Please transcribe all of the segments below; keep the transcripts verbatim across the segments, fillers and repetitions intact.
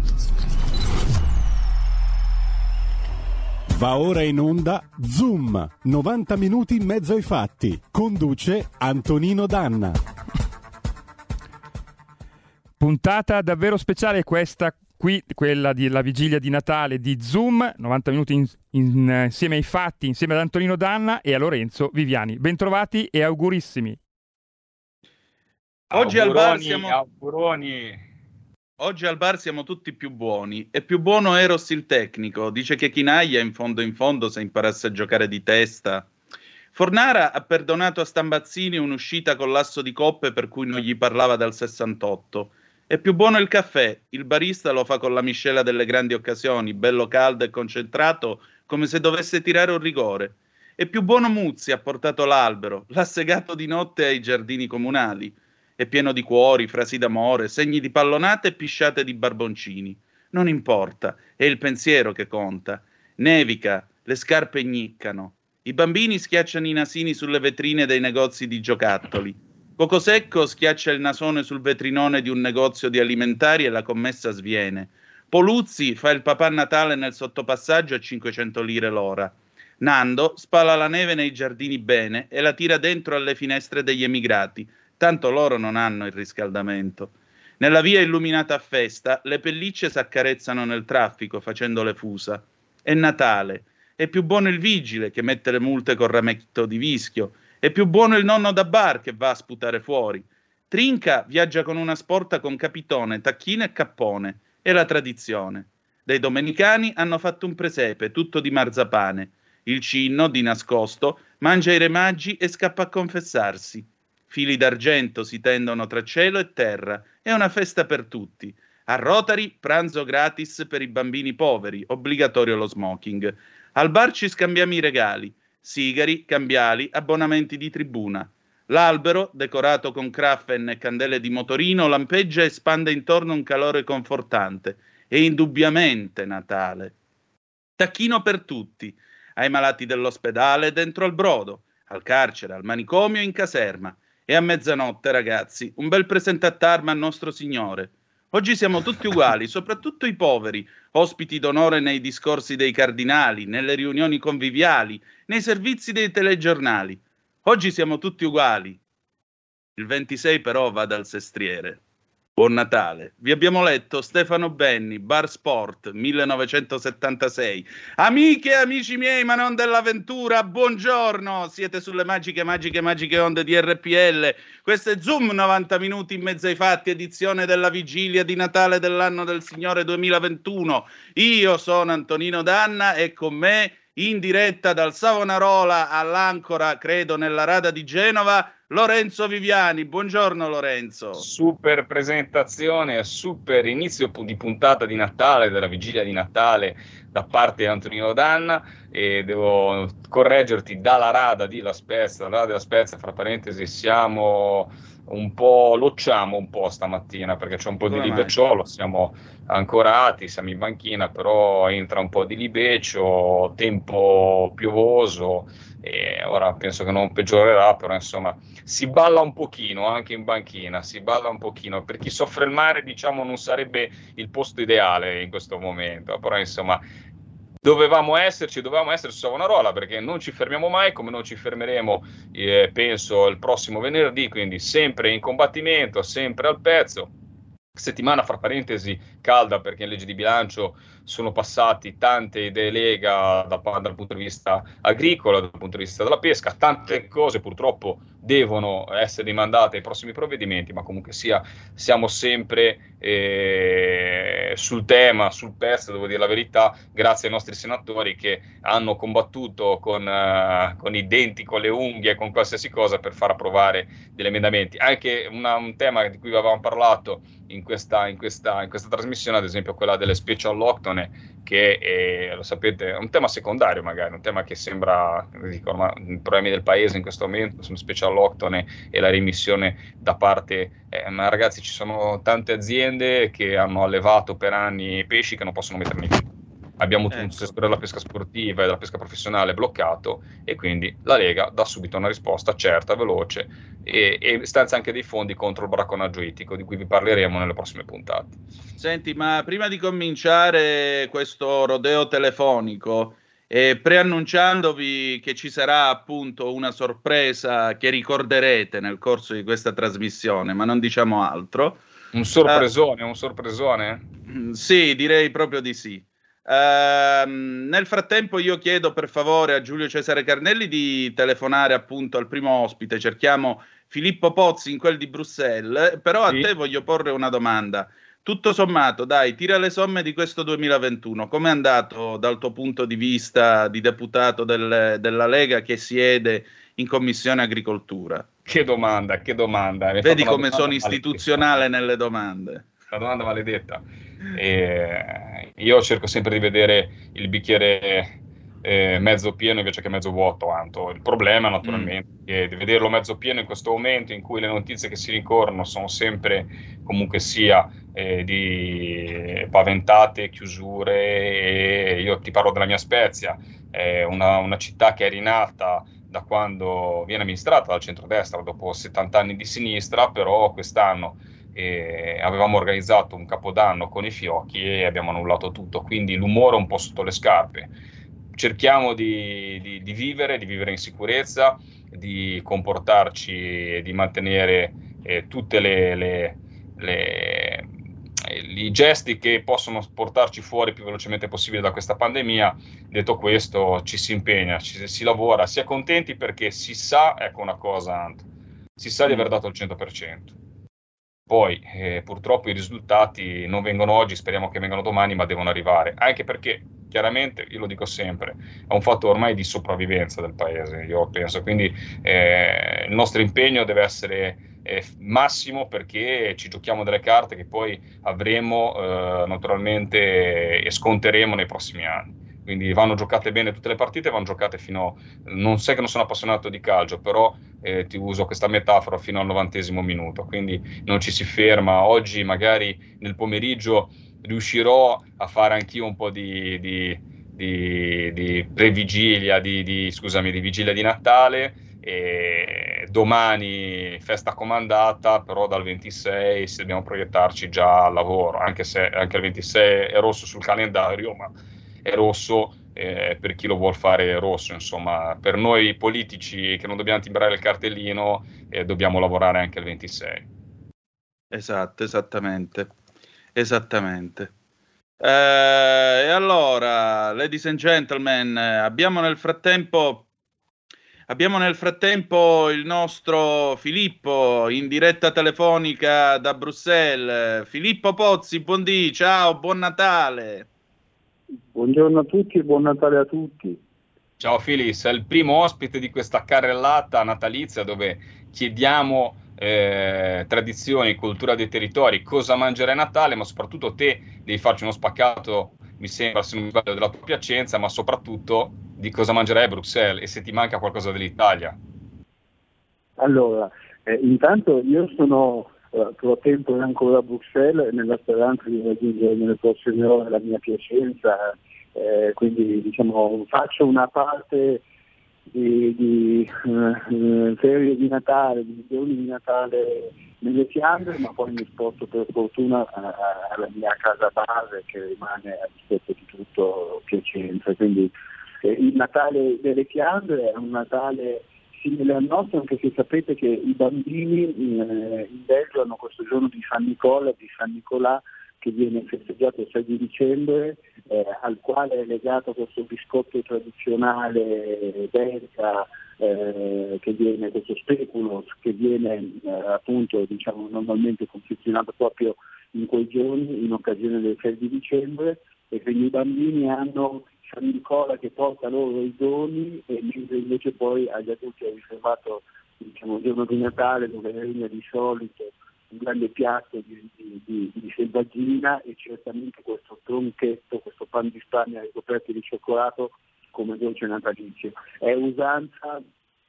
Va ora in onda Zoom, novanta minuti in mezzo ai fatti. Conduce Antonino Danna. Puntata davvero speciale questa qui, quella della vigilia di Natale di Zoom, novanta minuti in, in, insieme ai fatti, insieme ad Antonino Danna e a Lorenzo Viviani. Bentrovati e augurissimi. Oggi auguroni, al bar siamo auguroni. Oggi al bar siamo tutti più buoni. È più buono Eros il tecnico. Dice che Chinaglia in fondo in fondo se imparasse a giocare di testa. Fornara ha perdonato a Stambazzini un'uscita con l'asso di coppe per cui non gli parlava dal sessantotto. È più buono il caffè. Il barista lo fa con la miscela delle grandi occasioni, bello caldo e concentrato, come se dovesse tirare un rigore. È più buono Muzzi, ha portato l'albero, l'ha segato di notte ai giardini comunali. È pieno di cuori, frasi d'amore, segni di pallonate e pisciate di barboncini. Non importa, è il pensiero che conta. Nevica, le scarpe gniccano. I bambini schiacciano i nasini sulle vetrine dei negozi di giocattoli. Coco Secco schiaccia il nasone sul vetrinone di un negozio di alimentari e la commessa sviene. Poluzzi fa il papà Natale nel sottopassaggio a cinquecento lire l'ora. Nando spala la neve nei giardini bene e la tira dentro alle finestre degli emigrati. Tanto loro non hanno il riscaldamento. Nella via illuminata a festa, le pellicce s'accarezzano nel traffico facendo le fusa. È Natale. È più buono il vigile che mette le multe col rametto di vischio. È più buono il nonno da bar che va a sputare fuori. Trinca viaggia con una sporta con capitone, tacchino e cappone. È la tradizione. Dei domenicani hanno fatto un presepe, tutto di marzapane. Il cinno, di nascosto, mangia i re magi e scappa a confessarsi. Fili d'argento si tendono tra cielo e terra. È una festa per tutti. A Rotary, pranzo gratis per i bambini poveri, obbligatorio lo smoking. Al bar ci scambiamo i regali. Sigari, cambiali, abbonamenti di tribuna. L'albero, decorato con craffen e candele di motorino, lampeggia e spande intorno un calore confortante. È indubbiamente Natale. Tacchino per tutti. Ai malati dell'ospedale, dentro al brodo. Al carcere, al manicomio, in caserma. E a mezzanotte, ragazzi, un bel presentatarma a nostro Signore. Oggi siamo tutti uguali, soprattutto i poveri, ospiti d'onore nei discorsi dei cardinali, nelle riunioni conviviali, nei servizi dei telegiornali. Oggi siamo tutti uguali. Il ventisei però va dal sestriere. Buon Natale. Vi abbiamo letto Stefano Benni, Bar Sport, millenovecentosettantasei. Amiche e amici miei, ma non dell'avventura, buongiorno. Siete sulle magiche, magiche, magiche onde di R P L. Questo è Zoom, novanta minuti in mezzo ai fatti, edizione della vigilia di Natale dell'anno del Signore duemilaventuno. Io sono Antonino Danna e con me, in diretta dal Savonarola all'Ancora, credo nella Rada di Genova, Lorenzo Viviani. Buongiorno Lorenzo. Super presentazione, super inizio di puntata di Natale, della vigilia di Natale da parte di Antonino Danna, e devo correggerti dalla Rada di La Spezia, dalla Rada della Spezia, fra parentesi, siamo un po', locciamo un po' stamattina perché c'è un po' Come di mai? libecciolo, siamo ancorati, siamo in banchina, però entra un po' di libeccio, tempo piovoso, e ora penso che non peggiorerà, però insomma si balla un pochino anche in banchina, si balla un pochino. Per chi soffre il mare, diciamo, non sarebbe il posto ideale in questo momento, però insomma dovevamo esserci, dovevamo essere su Savonarola, perché non ci fermiamo mai, come non ci fermeremo eh, penso il prossimo venerdì, quindi sempre in combattimento, sempre al pezzo. Settimana, fra parentesi, calda, perché in legge di bilancio sono passati tante idee Lega da, dal punto di vista agricolo, dal punto di vista della pesca, tante cose purtroppo devono essere rimandate ai prossimi provvedimenti, ma comunque sia siamo sempre eh, sul tema, sul pezzo, devo dire la verità, grazie ai nostri senatori che hanno combattuto con, uh, con i denti, con le unghie, con qualsiasi cosa per far approvare degli emendamenti. Anche una, un tema di cui avevamo parlato in questa, in questa, in questa trasmissione, ad esempio quella delle specie alloctone, che è, lo sapete, è un tema secondario magari, un tema che sembra, dico, ma i problemi del paese in questo momento sono specie alloctone e la remissione da parte, eh, ma ragazzi, ci sono tante aziende che hanno allevato per anni pesci che non possono mettere nei film. abbiamo ecco. un settore della pesca sportiva e della pesca professionale bloccato, e quindi la Lega dà subito una risposta certa, veloce, e, e stanzia anche dei fondi contro il bracconaggio ittico, di cui vi parleremo nelle prossime puntate. Senti, ma prima di cominciare questo rodeo telefonico, eh, preannunciandovi che ci sarà appunto una sorpresa che ricorderete nel corso di questa trasmissione, ma non diciamo altro. Un sorpresone, uh, un sorpresone? Sì, direi proprio di sì. Uh, nel frattempo io chiedo per favore a Giulio Cesare Carnelli di telefonare appunto al primo ospite, cerchiamo Filippo Pozzi in quel di Bruxelles, però a sì. te voglio porre una domanda. Tutto sommato, dai, tira le somme di questo duemilaventuno, com'è andato dal tuo punto di vista di deputato del, della Lega che siede in Commissione Agricoltura? Che domanda, che domanda. Mi Vedi come sono istituzionale maledetta. nelle domande. La domanda maledetta. E io cerco sempre di vedere il bicchiere eh, mezzo pieno invece che mezzo vuoto, Anto. Il problema naturalmente mm. è di vederlo mezzo pieno in questo momento in cui le notizie che si rincorrono sono sempre comunque sia eh, di paventate chiusure, e io ti parlo della mia Spezia, è una, una città che è rinata da quando viene amministrata dal centrodestra dopo settanta anni di sinistra, però quest'anno eh, avevamo organizzato un capodanno con i fiocchi e abbiamo annullato tutto, quindi l'umore è un po' sotto le scarpe. Cerchiamo di, di, di vivere, di vivere in sicurezza, di comportarci e di mantenere eh, tutte le, le, le i gesti che possono portarci fuori più velocemente possibile da questa pandemia. Detto questo, ci si impegna, ci si lavora, si è contenti perché si sa, ecco una cosa, Anto, si sa di aver dato il cento per cento. Poi eh, purtroppo i risultati non vengono oggi, speriamo che vengano domani, ma devono arrivare, anche perché chiaramente, io lo dico sempre, è un fatto ormai di sopravvivenza del paese, io penso, quindi eh, il nostro impegno deve essere eh, massimo, perché ci giochiamo delle carte che poi avremo eh, naturalmente e sconteremo nei prossimi anni. Quindi vanno giocate bene tutte le partite, vanno giocate fino, non sai che non sono appassionato di calcio, però eh, ti uso questa metafora, fino al novantesimo minuto, quindi non ci si ferma. Oggi magari nel pomeriggio riuscirò a fare anch'io un po' di, di, di, di previgilia, di, di, scusami, di vigilia di Natale, e domani festa comandata, però dal ventisei se dobbiamo proiettarci già al lavoro, anche se anche il ventisei è rosso sul calendario, ma è rosso eh, per chi lo vuol fare rosso, insomma. Per noi politici che non dobbiamo timbrare il cartellino eh, dobbiamo lavorare anche il ventisei. Esatto, esattamente, esattamente. Eh, e allora, ladies and gentlemen, abbiamo nel frattempo abbiamo nel frattempo il nostro Filippo in diretta telefonica da Bruxelles. Filippo Pozzi, buondì, ciao, buon Natale. Buongiorno a tutti e buon Natale a tutti. Ciao Fili, sei il primo ospite di questa carrellata natalizia dove chiediamo eh, tradizioni, cultura dei territori, cosa mangerai a Natale, ma soprattutto te devi farci uno spaccato, mi sembra, se non mi sbaglio, della tua Piacenza, ma soprattutto di cosa mangerai a Bruxelles e se ti manca qualcosa dell'Italia. Allora, eh, intanto io sono Uh, pro tempo ancora a Bruxelles nella speranza di raggiungere nelle prossime ore la mia Piacenza, eh, quindi diciamo faccio una parte di, di uh, ferie di Natale, di giorni di Natale nelle Fiandre, ma poi mi sposto per fortuna alla mia casa base che rimane a rispetto di tutto Piacenza, quindi eh, il Natale delle Fiandre è un Natale simile al nostro, anche se sapete che i bambini eh, in Belgio hanno questo giorno di San Nicola, di San Nicolà, che viene festeggiato il sei di dicembre, eh, al quale è legato questo biscotto tradizionale belga, eh, che viene, questo speculos, che viene eh, appunto diciamo normalmente confezionato proprio in quei giorni, in occasione del sei di dicembre, e quindi i bambini hanno San Nicola che porta loro i doni, e mentre invece poi agli adulti è riservato diciamo, il giorno di Natale, dove regna di solito un grande piatto di, di, di, di selvaggina e certamente questo tronchetto, questo pan di Spagna ricoperto di cioccolato come dolce natalizio. È usanza,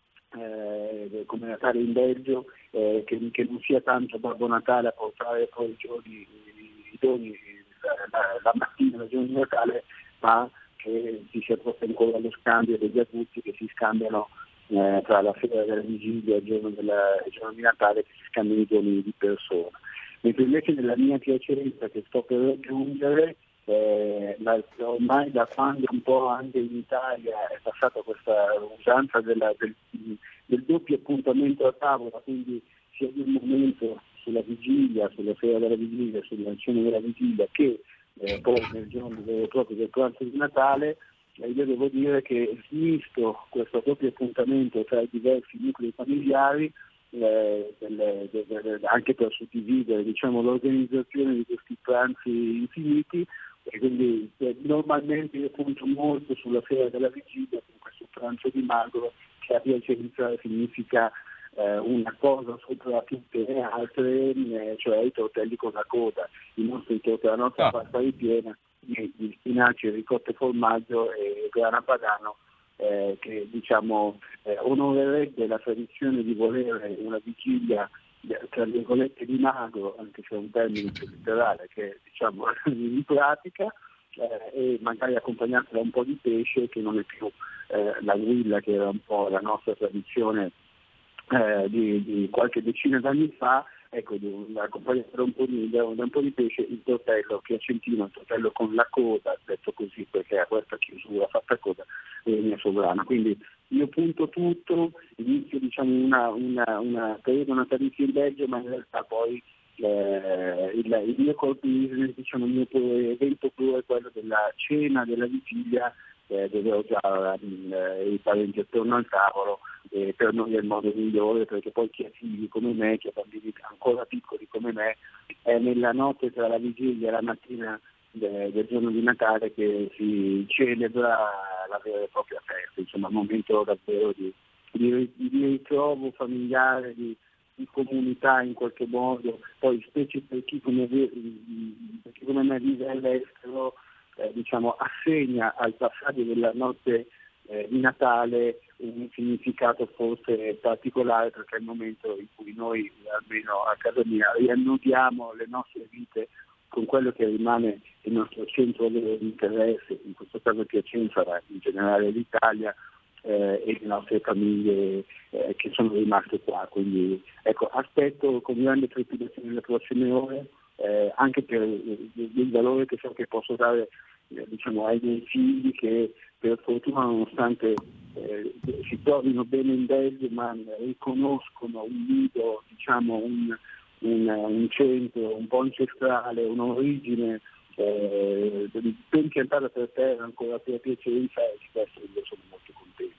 eh, come Natale in Belgio, eh, che, che non sia tanto Babbo Natale a portare poi i giorni, i doni la, la, la mattina del giorno di Natale, fa che ci sia forse ancora lo scambio degli adulti che si scambiano eh, tra la sera della vigilia e il giorno, della, il giorno di Natale, che si scambiano i giorni di persona. Mentre invece nella mia piacerenza che sto per raggiungere, eh, la, ormai da quando un po' anche in Italia è passata questa usanza della, del, del doppio appuntamento a tavola, quindi sia di un momento sulla vigilia, sulla sera della vigilia, sulla cena della vigilia, che eh, poi nel giorno vero e proprio del pranzo di Natale, eh, io devo dire che visto questo doppio appuntamento tra i diversi nuclei familiari, eh, delle, delle, anche per suddividere, diciamo, l'organizzazione di questi pranzi infiniti, e quindi eh, normalmente io punto molto sulla sera della vigilia con questo pranzo di magro, che a Piacenza significa eh, una cosa sopra tutte le altre, eh, cioè i tortelli con la coda, i nostri tortelli, la nostra ah. pasta ripiena di, di spinaci, ricotta e formaggio e grana padano, eh, che diciamo eh, onorerebbe la tradizione di volere una vigilia tra virgolette di magro, anche se è un termine letterale che diciamo in pratica, eh, e magari accompagnata da un po' di pesce, che non è più eh, la grilla che era un po' la nostra tradizione eh, di, di qualche decina d'anni fa, ecco, accompagnato da un po' di, da un po' di pesce, il tortello piacentino, il tortello con la coda, detto così perché a questa chiusura fatta coda è mia sovrana. Quindi io punto tutto, inizio diciamo una, una, una periodo natalizio in Belgio, ma in realtà poi eh, il, il mio core business, diciamo il mio evento clou è quello della cena, della vigilia, eh, dove ho già eh, i parenti attorno al tavolo, e per noi è il modo migliore, perché poi chi ha figli come me, chi ha bambini ancora piccoli come me, è nella notte tra la vigilia e la mattina de, del giorno di Natale che si celebra la vera e propria festa, insomma un momento davvero di, di, di ritrovo familiare, di, di comunità in qualche modo, poi specie per chi come, per chi come me vive all'estero, eh, diciamo assegna al passaggio della notte eh, di Natale un significato forse particolare, perché è il momento in cui noi, almeno a casa mia, riannodiamo le nostre vite con quello che rimane il nostro centro di interesse, in questo caso Piacenza, ma in generale l'Italia, eh, e le nostre famiglie eh, che sono rimaste qua. Quindi ecco, aspetto con grande trepidazione le prossime ore, eh, anche per il, il valore che so che posso dare eh, diciamo, ai miei figli, che per fortuna, nonostante eh, si trovino bene in Belgio, ma riconoscono un nido, diciamo un, un, un centro un po' ancestrale, un'origine eh, ben piantata per terra ancora più a Piacenza, e di questo io sono molto contento.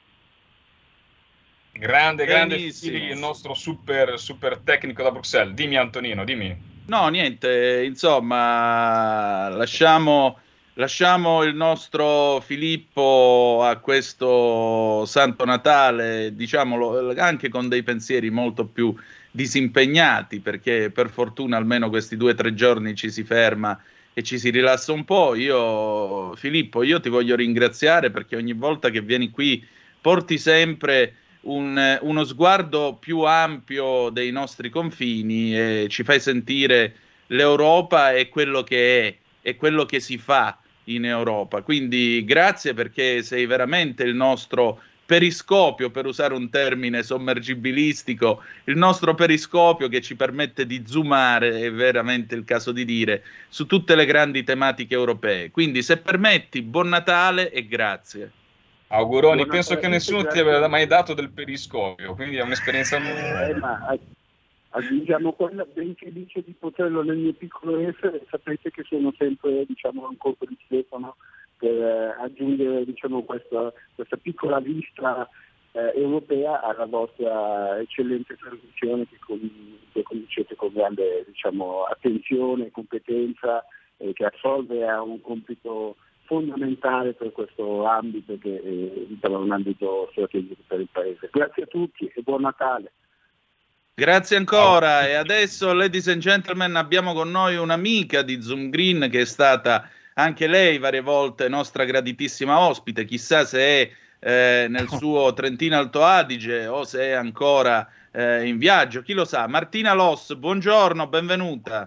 Grande, grande Fili, il nostro super, super tecnico da Bruxelles. Dimmi Antonino, dimmi. No, niente, insomma, lasciamo... Lasciamo il nostro Filippo a questo Santo Natale, diciamolo, anche con dei pensieri molto più disimpegnati, perché per fortuna almeno questi due o tre giorni ci si ferma e ci si rilassa un po'. Io, Filippo, io ti voglio ringraziare perché ogni volta che vieni qui porti sempre un, uno sguardo più ampio dei nostri confini e ci fai sentire l'Europa è quello che è, è quello che si fa in Europa. Quindi grazie, perché sei veramente il nostro periscopio, per usare un termine sommergibilistico, il nostro periscopio che ci permette di zoomare, è veramente il caso di dire, su tutte le grandi tematiche europee. Quindi se permetti, buon Natale e grazie. Auguroni, buon penso Natale, che nessuno grazie. Ti abbia mai dato del periscopio, quindi è un'esperienza eh, ma aggiungiamo quella ben felice di poterlo nel mio piccolo essere. Sapete che sono sempre, diciamo, un colpo di telefono per eh, aggiungere, diciamo, questa, questa piccola vista eh, europea alla vostra eccellente trasmissione che, con, che conducete con grande, diciamo, attenzione e competenza, eh, che assolve a un compito fondamentale per questo ambito, che è, diciamo, un ambito strategico per il Paese. Grazie a tutti e buon Natale. Grazie ancora. E adesso, ladies and gentlemen, abbiamo con noi un'amica di Zoom Green che è stata anche lei varie volte nostra graditissima ospite. Chissà se è eh, nel suo Trentino Alto Adige o se è ancora eh, in viaggio, chi lo sa. Martina Loss, buongiorno, benvenuta.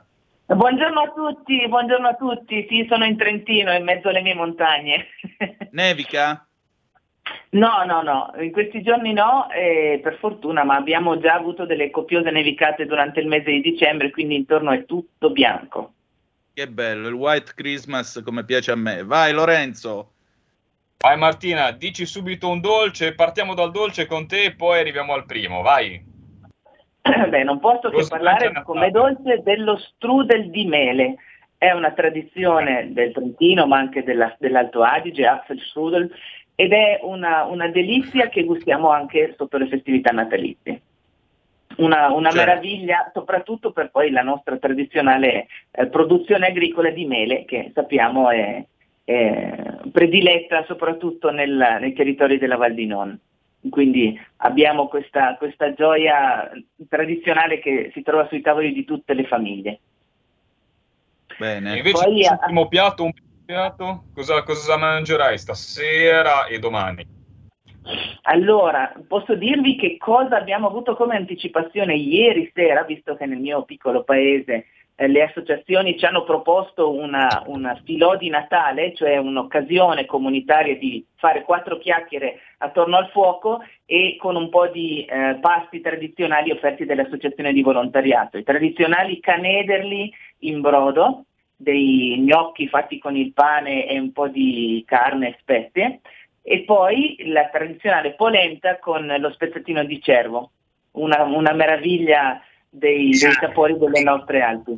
Buongiorno a tutti, buongiorno a tutti. Sì, sono in Trentino, in mezzo alle mie montagne. Nevica? No, no, no, in questi giorni no, eh, per fortuna, ma abbiamo già avuto delle copiose nevicate durante il mese di dicembre, quindi intorno è tutto bianco. Che bello, il White Christmas come piace a me. Vai Lorenzo. Vai Martina, dici subito un dolce, partiamo dal dolce con te e poi arriviamo al primo, vai. Beh, non posso che parlare come dolce dello strudel di mele. È una tradizione del Trentino, ma anche della, dell'Alto Adige, Apfelstrudel, ed è una, una delizia che gustiamo anche sotto le festività natalizie. Una, una Certo. meraviglia, soprattutto per poi la nostra tradizionale eh, produzione agricola di mele, che sappiamo è, è prediletta soprattutto nel, nei territori della Val di Non. Quindi abbiamo questa, questa gioia tradizionale che si trova sui tavoli di tutte le famiglie. Bene. E invece Poi, il primo piatto, un piatto, cosa, cosa mangerai stasera e domani? Allora, posso dirvi che cosa abbiamo avuto come anticipazione ieri sera, visto che nel mio piccolo paese eh, le associazioni ci hanno proposto una, una filò di Natale, cioè un'occasione comunitaria di fare quattro chiacchiere attorno al fuoco e con un po' di eh, pasti tradizionali offerti dall'associazione di volontariato. I tradizionali canederli in brodo, dei gnocchi fatti con il pane e un po' di carne e spezie, e poi la tradizionale polenta con lo spezzatino di cervo, una, una meraviglia dei, dei sapori delle nostre Alpi.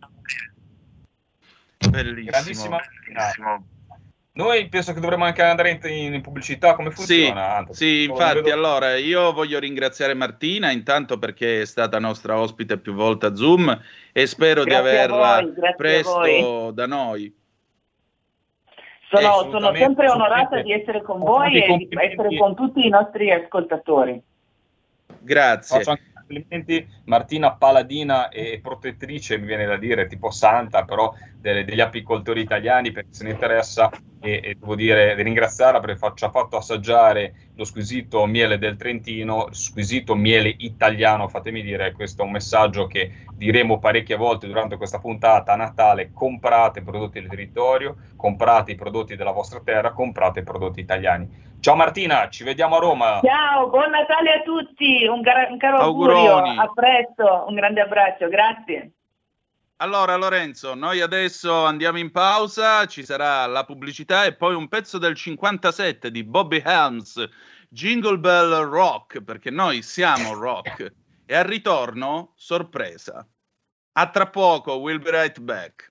Bellissimo. Grandissima. Noi penso che dovremmo anche andare in, in pubblicità, come funziona? Sì, sì, infatti, allora io voglio ringraziare Martina intanto perché è stata nostra ospite più volte a Zoom e spero Grazie di averla a voi, grazie presto a voi. da noi. Sono, sono sempre onorata di essere con voi e di complimenti. essere con tutti i nostri ascoltatori. Grazie. Faccio anche complimenti, Martina paladina e protettrice, mi viene da dire, tipo santa, però delle, degli apicoltori italiani, perché se ne interessa, e, e devo dire, ringraziarla perché fa- ci ha fatto assaggiare lo squisito miele del Trentino, squisito miele italiano, fatemi dire, questo è un messaggio che diremo parecchie volte durante questa puntata a Natale: comprate prodotti del territorio, comprate i prodotti della vostra terra, comprate i prodotti italiani. Ciao Martina, ci vediamo a Roma. Ciao, buon Natale a tutti, un, gar- un caro Auguroni. augurio, a presto, un grande abbraccio, grazie. Allora Lorenzo, noi adesso andiamo in pausa, ci sarà la pubblicità e poi un pezzo del cinquantasette di Bobby Helms, Jingle Bell Rock, perché noi siamo rock. E al ritorno, sorpresa. A tra poco, we'll be right back.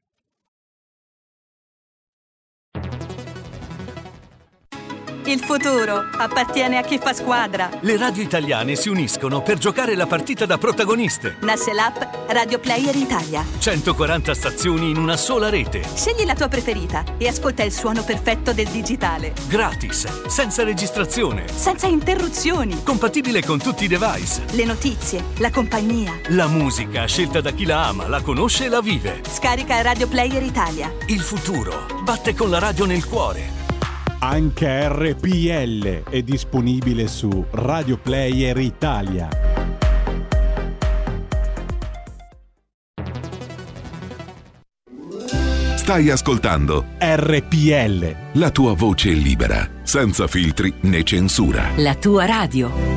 Il futuro appartiene a chi fa squadra. Le radio italiane si uniscono per giocare la partita da protagoniste. Nasce l'app Radio Player Italia. centoquaranta stazioni in una sola rete. Scegli la tua preferita e ascolta il suono perfetto del digitale. Gratis, senza registrazione. Senza interruzioni. Compatibile con tutti i device. Le notizie, la compagnia. La musica, scelta da chi la ama, la conosce e la vive. Scarica Radio Player Italia. Il futuro batte con la radio nel cuore. Anche R P L è disponibile su Radio Player Italia. Stai ascoltando R P L, la tua voce libera, senza filtri né censura. La tua radio.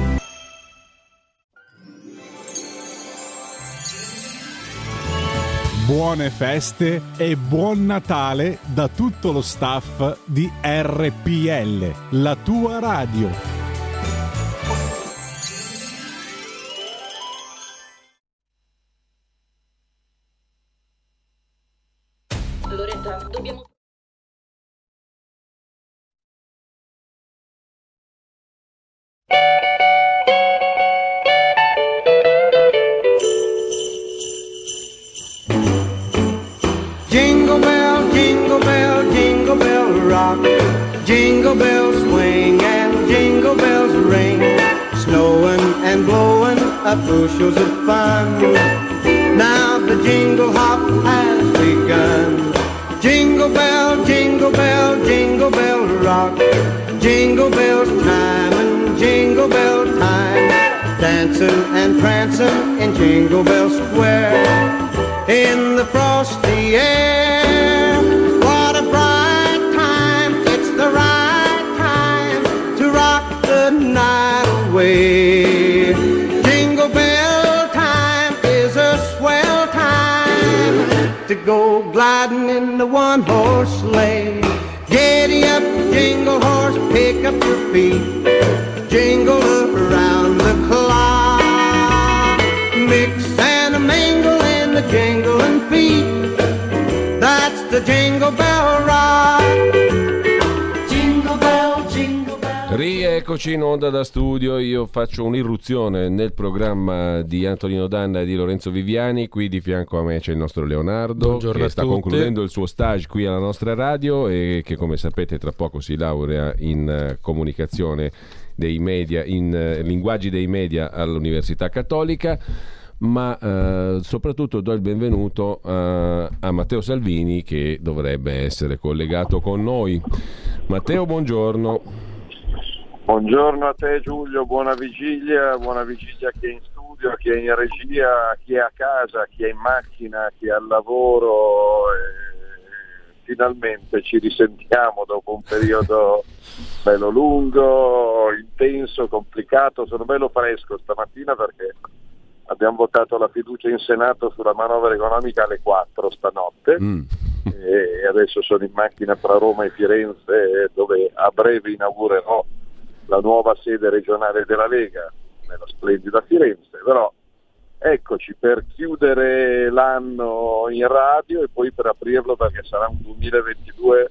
Buone feste e buon Natale da tutto lo staff di R P L, la tua radio. Loretta, dobbiamo... Jingle bell, jingle bell, jingle bell rock. Jingle bells swing and jingle bells ring. Snowing and blowing up bushels of fun. Now the jingle hop has begun. Jingle bell, jingle bell, jingle bell rock. Jingle bells time and jingle bell time. Dancing and prancing in Jingle Bell Square. in the frosty air. What a bright time, it's the right time to rock the night away. Jingle bell time is a swell time to go gliding in the one-horse sleigh. Giddy up, jingle horse, pick up your feet, jingle around the clock. Mix and a mingle in the jingling feet, that's the Jingle Bell Rock. Jingle bell, jingle bell. Rieccoci in onda da studio, io faccio un'irruzione nel programma di Antonino Danna e di Lorenzo Viviani. Qui di fianco a me c'è il nostro Leonardo. Buongiorno che a sta tutti. concludendo il suo stage qui alla nostra radio e che, come sapete, tra poco si laurea in uh, comunicazione dei media, in uh, linguaggi dei media all'Università Cattolica. Ma uh, soprattutto do il benvenuto uh, a Matteo Salvini, che dovrebbe essere collegato con noi. Matteo, buongiorno. Buongiorno a te Giulio, buona vigilia, buona vigilia a chi è in studio, a chi è in regia, a chi è a casa, a chi è in macchina, a chi è al lavoro. E finalmente ci risentiamo dopo un periodo bello lungo, intenso, complicato. Sono bello fresco stamattina perché abbiamo votato la fiducia in Senato sulla manovra economica alle quattro stanotte. Mm. E adesso sono in macchina tra Roma e Firenze, dove a breve inaugurerò la nuova sede regionale della Lega nella splendida Firenze. Però eccoci per chiudere l'anno in radio e poi per aprirlo, perché sarà un duemilaventidue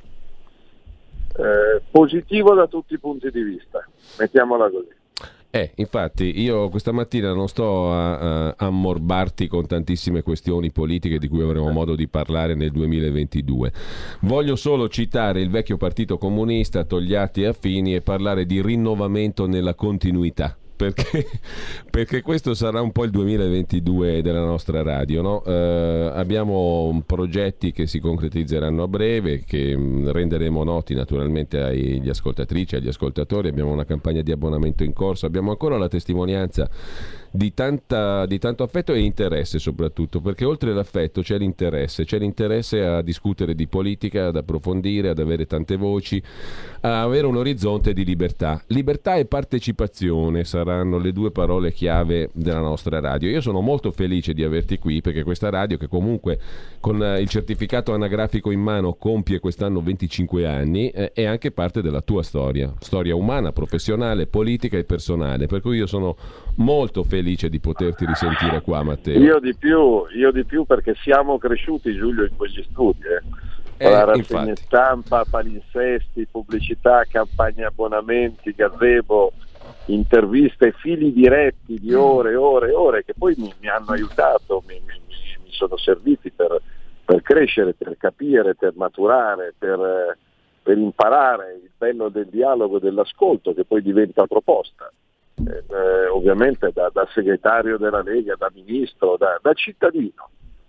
eh, positivo da tutti i punti di vista, mettiamola così. Eh, infatti io questa mattina non sto a, a ammorbarti con tantissime questioni politiche di cui avremo modo di parlare nel duemilaventidue. Voglio solo citare il vecchio Partito Comunista, Togliatti e affini, e parlare di rinnovamento nella continuità. Perché, perché questo sarà un po' il duemilaventidue della nostra radio, no? Eh, abbiamo progetti che si concretizzeranno a breve, che mh, renderemo noti naturalmente agli ascoltatrici, agli ascoltatori. Abbiamo una campagna di abbonamento in corso, abbiamo ancora la testimonianza di, tanta, di tanto affetto e interesse, soprattutto perché oltre l'affetto c'è l'interesse, c'è l'interesse a discutere di politica, ad approfondire, ad avere tante voci, a avere un orizzonte di libertà. Libertà e partecipazione saranno le due parole chiave della nostra radio. Io sono molto felice di averti qui, perché questa radio, che comunque con il certificato anagrafico in mano compie quest'anno venticinque anni, eh, è anche parte della tua storia, storia umana, professionale, politica e personale, per cui io sono molto felice di poterti risentire qua, Matteo. Io di più, io di più perché siamo cresciuti, Giulio, in quegli studi, eh. Eh, la rassegna stampa, palinsesti, pubblicità, campagne abbonamenti, gazebo, interviste, fili diretti di ore e ore e ore che poi mi, mi hanno aiutato, mi, mi, mi sono serviti per, per crescere, per capire, per maturare, per, per imparare il bello del dialogo e dell'ascolto, che poi diventa proposta. Eh, eh, ovviamente da, da segretario della Lega, da ministro, da, da cittadino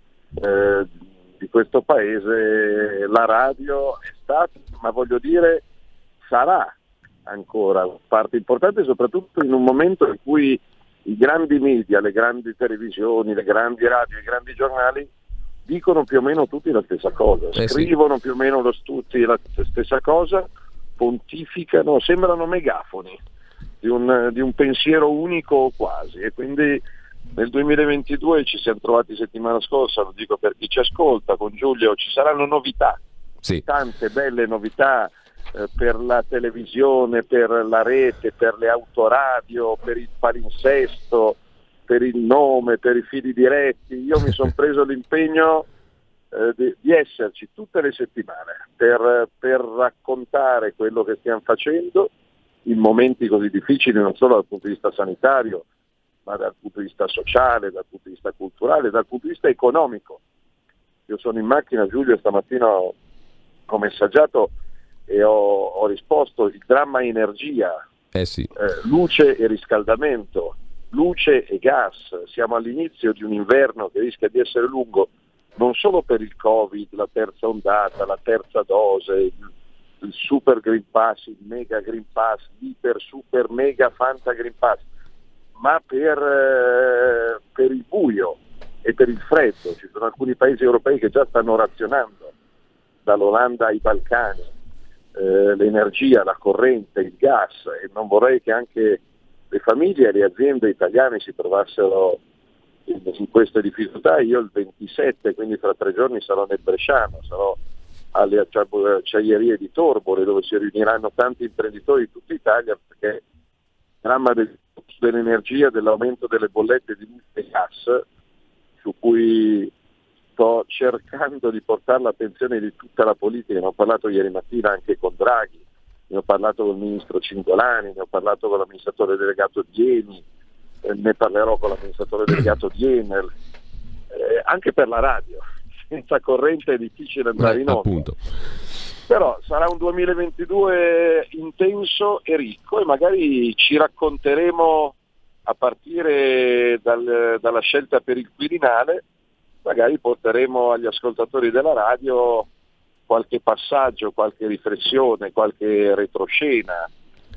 eh, di questo paese, la radio è stata, ma voglio dire sarà ancora parte importante, soprattutto in un momento in cui i grandi media, le grandi televisioni, le grandi radio, i grandi giornali dicono più o meno tutti la stessa cosa, eh scrivono sì. più o meno lo tutti la stessa cosa, pontificano, sembrano megafoni di un, di un pensiero unico quasi, e quindi nel duemilaventidue ci siamo trovati settimana scorsa, lo dico per chi ci ascolta, con Giulio ci saranno novità, sì. tante belle novità eh, per la televisione, per la rete, per le autoradio, per il palinsesto, per il nome, per i fili diretti. Io mi sono preso l'impegno eh, di, di esserci tutte le settimane per, per raccontare quello che stiamo facendo in momenti così difficili, non solo dal punto di vista sanitario, ma dal punto di vista sociale, dal punto di vista culturale, dal punto di vista economico. Io sono in macchina, Giulio, stamattina ho, ho messaggiato e ho, ho risposto: il dramma energia, eh sì. eh, luce e riscaldamento, luce e gas. Siamo all'inizio di un inverno che rischia di essere lungo, non solo per il Covid, la terza ondata, la terza dose, il, il super Green Pass, il mega Green Pass, l'iper super mega Fanta Green Pass, ma per, eh, per il buio e per il freddo. Ci sono alcuni paesi europei che già stanno razionando, dall'Olanda ai Balcani, eh, l'energia, la corrente, il gas, e non vorrei che anche le famiglie e le aziende italiane si trovassero in, in queste difficoltà. Io il ventisette, quindi fra tre giorni, sarò nel Bresciano, sarò alle acciaierie di Torbole, dove si riuniranno tanti imprenditori di tutta Italia, perché il dramma del, dell'energia, dell'aumento delle bollette di luce e gas, su cui sto cercando di portare l'attenzione di tutta la politica. Ne ho parlato ieri mattina anche con Draghi, ne ho parlato con il ministro Cingolani, ne ho parlato con l'amministratore delegato di Eni, eh, ne parlerò con l'amministratore delegato di Enel, eh, anche per la radio. Senza corrente è difficile andare eh, in onda. Appunto. Però sarà un duemilaventidue intenso e ricco, e magari ci racconteremo, a partire dal, dalla scelta per il Quirinale, magari porteremo agli ascoltatori della radio qualche passaggio, qualche riflessione, qualche retroscena,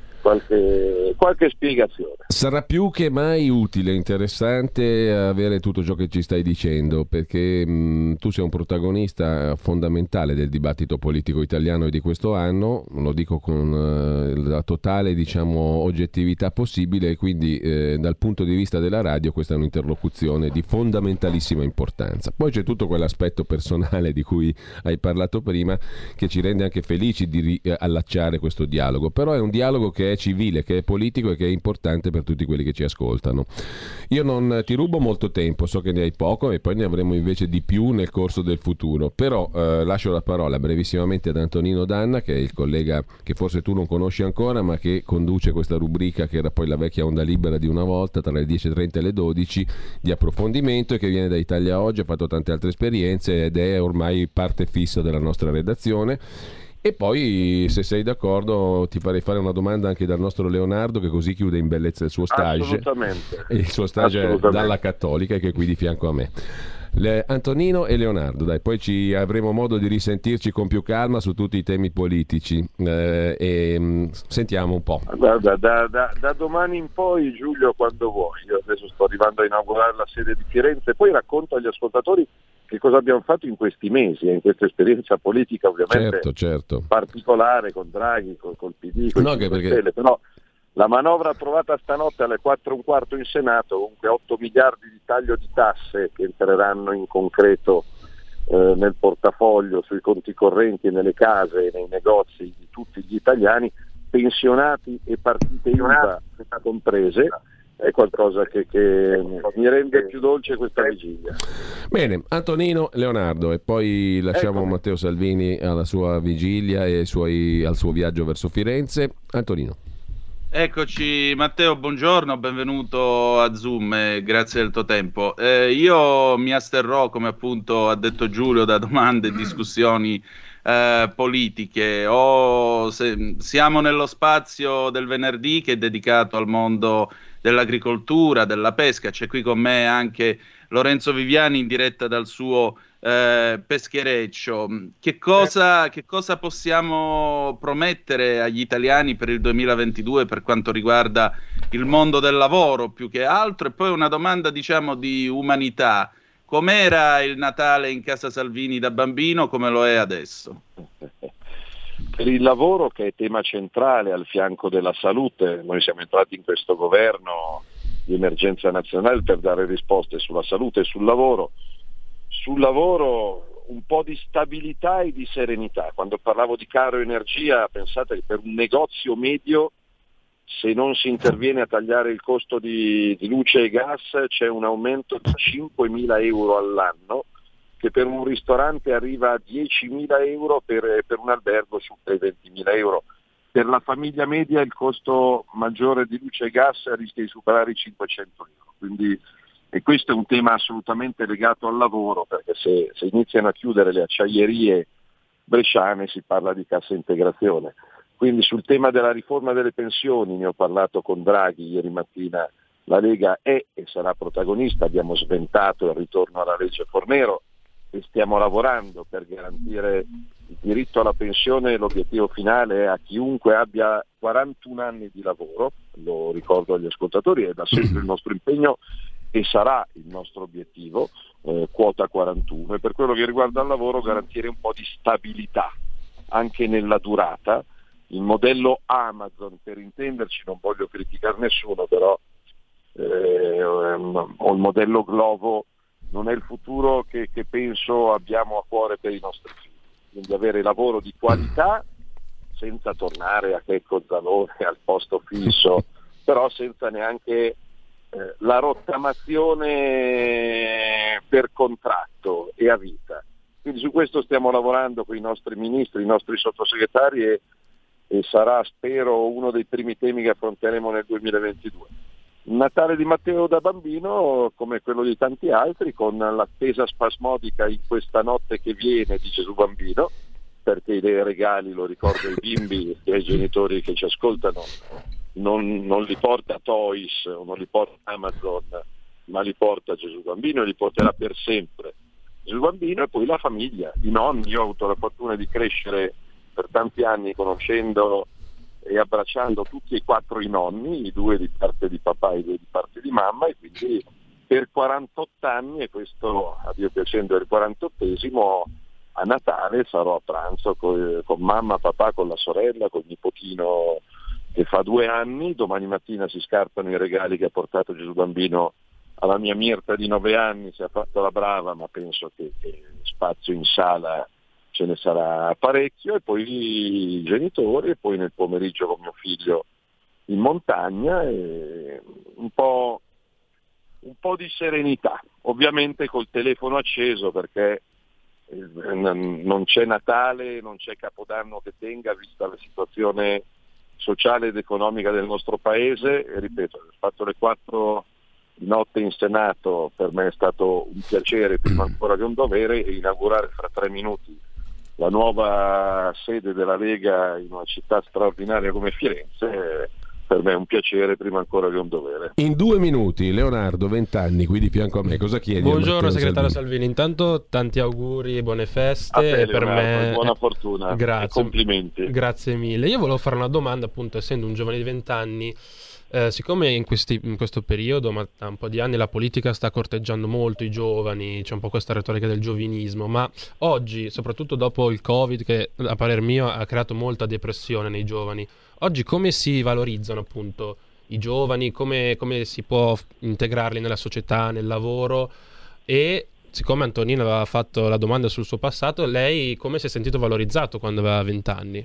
qualche, qualche spiegazione. Sarà più che mai utile, interessante avere tutto ciò che ci stai dicendo, perché mh, tu sei un protagonista fondamentale del dibattito politico italiano e di questo anno, lo dico con uh, la totale, diciamo, oggettività possibile, e quindi eh, dal punto di vista della radio questa è un'interlocuzione di fondamentalissima importanza. Poi c'è tutto quell'aspetto personale di cui hai parlato prima, che ci rende anche felici di ri- allacciare questo dialogo, però è un dialogo che è civile, che è politico e che è importante per tutti quelli che ci ascoltano. Io non ti rubo molto tempo, so che ne hai poco e poi ne avremo invece di più nel corso del futuro, però eh, lascio la parola brevissimamente ad Antonino Danna, che è il collega che forse tu non conosci ancora, ma che conduce questa rubrica che era poi la vecchia Onda Libera di una volta, tra le dieci e trenta e le dodici, di approfondimento, e che viene da Italia Oggi, ha fatto tante altre esperienze ed è ormai parte fissa della nostra redazione. E poi, se sei d'accordo, ti farei fare una domanda anche dal nostro Leonardo, che così chiude in bellezza il suo stage. Assolutamente. E il suo stage dalla Cattolica, che è qui di fianco a me. Le, Antonino e Leonardo, dai, poi ci avremo modo di risentirci con più calma su tutti i temi politici. Eh, e mh, sentiamo un po'. Guarda, da, da, da domani in poi, Giulio, quando vuoi. Io adesso sto arrivando a inaugurare la sede di Firenze, poi racconto agli ascoltatori che cosa abbiamo fatto in questi mesi, in questa esperienza politica ovviamente certo, certo. particolare, con Draghi, con, col P D, con no, i cinque perché... Stelle, però la manovra approvata stanotte alle quattro e un quarto in Senato, comunque otto miliardi di taglio di tasse che entreranno in concreto eh, nel portafoglio, sui conti correnti, nelle case, nei negozi di tutti gli italiani, pensionati e partite I V A comprese, è qualcosa che, che mi rende più dolce questa vigilia. Bene, Antonino, Leonardo, e poi lasciamo Eccomi. Matteo Salvini alla sua vigilia e ai suoi, al suo viaggio verso Firenze. Antonino. Eccoci Matteo, buongiorno, benvenuto a Zoom, eh, grazie del tuo tempo. Eh, io mi asterrò, come appunto ha detto Giulio, da domande e discussioni eh, politiche. O se, siamo nello spazio del venerdì, che è dedicato al mondo dell'agricoltura, della pesca. C'è qui con me anche Lorenzo Viviani in diretta dal suo eh, peschereccio. Che cosa, che cosa possiamo promettere agli italiani per il duemilaventidue per quanto riguarda il mondo del lavoro più che altro? E poi una domanda, diciamo, di umanità. Com'era il Natale in casa Salvini da bambino, come lo è adesso? Per il lavoro, che è tema centrale al fianco della salute, noi siamo entrati in questo governo di emergenza nazionale per dare risposte sulla salute e sul lavoro. Sul lavoro un po' di stabilità e di serenità. Quando parlavo di caro energia, pensate che per un negozio medio, se non si interviene a tagliare il costo di, di luce e gas, c'è un aumento di cinquemila euro all'anno, che per un ristorante arriva a diecimila euro, per, per un albergo su per ventimila euro. Per la famiglia media il costo maggiore di luce e gas rischia di superare i cinquecento euro. Quindi, e questo è un tema assolutamente legato al lavoro, perché se, se iniziano a chiudere le acciaierie bresciane si parla di cassa integrazione. Quindi sul tema della riforma delle pensioni ne ho parlato con Draghi ieri mattina. La Lega è e sarà protagonista, abbiamo sventato il ritorno alla legge Fornero e stiamo lavorando per garantire il diritto alla pensione. L'obiettivo finale è a chiunque abbia quarantuno anni di lavoro, lo ricordo agli ascoltatori, è da sempre il nostro impegno e sarà il nostro obiettivo. eh, quota quarantuno, e per quello che riguarda il lavoro garantire un po' di stabilità anche nella durata. Il modello Amazon, per intenderci, non voglio criticare nessuno, però eh, o il modello Glovo non è il futuro che, che penso abbiamo a cuore per i nostri figli. Quindi avere lavoro di qualità senza tornare a Checco Zalone al posto fisso, però senza neanche eh, la rottamazione per contratto e a vita. Quindi su questo stiamo lavorando con i nostri ministri, i nostri sottosegretari, e, e sarà, spero, uno dei primi temi che affronteremo nel duemilaventidue. Il Natale di Matteo da bambino, come quello di tanti altri, con l'attesa spasmodica in questa notte che viene di Gesù Bambino, perché i regali, lo ricordo ai bimbi e ai genitori che ci ascoltano, non, non li porta Toys o non li porta Amazon, ma li porta Gesù Bambino e li porterà per sempre Gesù Bambino. E poi la famiglia, i nonni. Io ho avuto la fortuna di crescere per tanti anni conoscendo e abbracciando tutti e quattro i nonni, i due di parte di papà e i due di parte di mamma, e quindi per quarantotto anni, e questo a Dio piacendo è il quarantottesimo, a Natale sarò a pranzo con, con mamma, papà, con la sorella, con il nipotino che fa due anni. Domani mattina si scartano i regali che ha portato Gesù Bambino alla mia Mirta di nove anni, si è fatto la brava, ma penso che, che spazio in sala ce ne sarà parecchio, e poi i genitori, e poi nel pomeriggio con mio figlio in montagna, e un po', un po' di serenità, ovviamente col telefono acceso, perché non c'è Natale, non c'è Capodanno che tenga, vista la situazione sociale ed economica del nostro paese. E ripeto, ho fatto le quattro di notte in Senato, per me è stato un piacere prima ancora che un dovere, e inaugurare fra tre minuti la nuova sede della Lega in una città straordinaria come Firenze per me è un piacere prima ancora che un dovere. In due minuti, Leonardo, vent'anni, qui di fianco a me, cosa chiedi? Buongiorno segretario Salvini. Salvini, intanto tanti auguri e buone feste. A te, per Leonardo, me buona fortuna. Grazie. E complimenti. Grazie mille. Io volevo fare una domanda, appunto, essendo un giovane di vent'anni, eh, siccome in, questi, in questo periodo, ma da un po' di anni, la politica sta corteggiando molto i giovani, c'è un po' questa retorica del giovinismo, ma oggi, soprattutto dopo il Covid, che a parer mio ha creato molta depressione nei giovani, oggi come si valorizzano appunto i giovani, come, come si può integrarli nella società, nel lavoro? E siccome Antonino aveva fatto la domanda sul suo passato, lei come si è sentito valorizzato quando aveva vent'anni?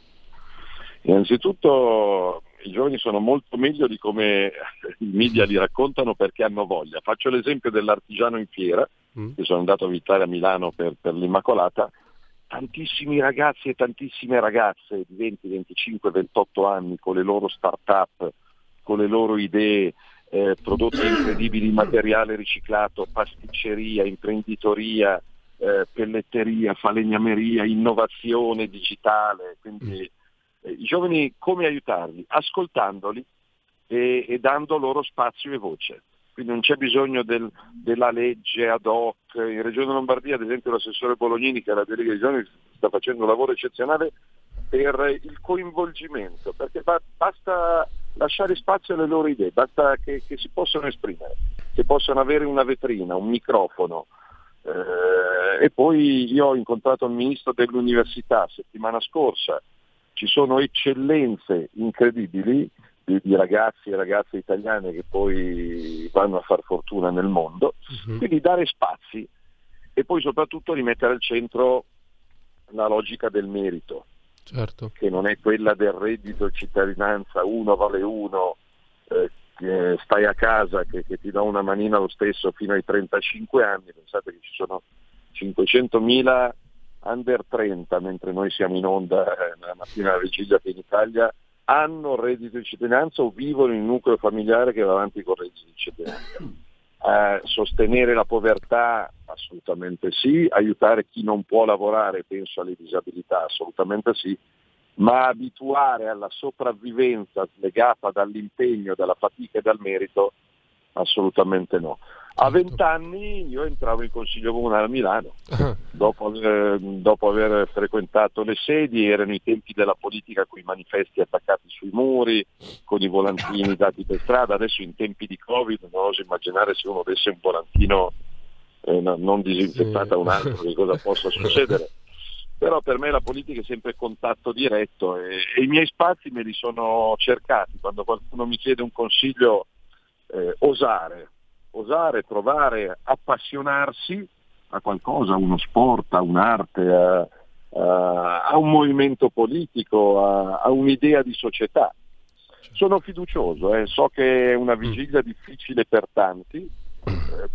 Innanzitutto i giovani sono molto meglio di come i media li raccontano, perché hanno voglia. Faccio l'esempio dell'artigiano in fiera, mm. che sono andato a visitare a Milano per, per l'Immacolata. Tantissimi ragazzi e tantissime ragazze di venti, venticinque, ventotto anni, con le loro start-up, con le loro idee, eh, prodotti incredibili in materiale riciclato, pasticceria, imprenditoria, eh, pelletteria, falegnameria, innovazione digitale. Quindi eh, i giovani come aiutarli? Ascoltandoli e, e dando loro spazio e voce. Quindi non c'è bisogno del, della legge ad hoc. In Regione Lombardia, ad esempio, l'assessore Bolognini, che è la delega dei giovani, sta facendo un lavoro eccezionale per il coinvolgimento, perché ba- basta lasciare spazio alle loro idee, basta che, che si possano esprimere, che possano avere una vetrina, un microfono. Eh, e poi io ho incontrato il ministro dell'università settimana scorsa, ci sono eccellenze incredibili Di, di ragazzi e ragazze italiane che poi vanno a far fortuna nel mondo, uh-huh. Quindi dare spazi e poi soprattutto rimettere al centro la logica del merito, certo. Che non è quella del reddito cittadinanza, uno vale uno, eh, che stai a casa che, che ti dà una manina lo stesso fino ai trentacinque anni. Pensate che ci sono cinquecentomila under trenta, mentre noi siamo in onda eh, la mattina alla vigilia che in Italia hanno il reddito di cittadinanza o vivono in un nucleo familiare che va avanti con il reddito di cittadinanza. Eh, sostenere la povertà? Assolutamente sì. Aiutare chi non può lavorare, penso alle disabilità, assolutamente sì, ma abituare alla sopravvivenza slegata dall'impegno, dalla fatica e dal merito? Assolutamente no. A vent'anni io entravo in Consiglio Comunale a Milano, dopo, eh, dopo aver frequentato le sedi. Erano i tempi della politica con i manifesti attaccati sui muri, con i volantini dati per strada. Adesso in tempi di Covid non oso immaginare se uno avesse un volantino eh, no, non disinfettata un altro, che cosa possa succedere. Però per me la politica è sempre contatto diretto e, e i miei spazi me li sono cercati. Quando qualcuno mi chiede un consiglio, eh, osare, osare, provare, appassionarsi a qualcosa, a uno sport, a un'arte, a, a, a un movimento politico, a, a un'idea di società. Sono fiducioso, eh, so che è una vigilia difficile per tanti, eh,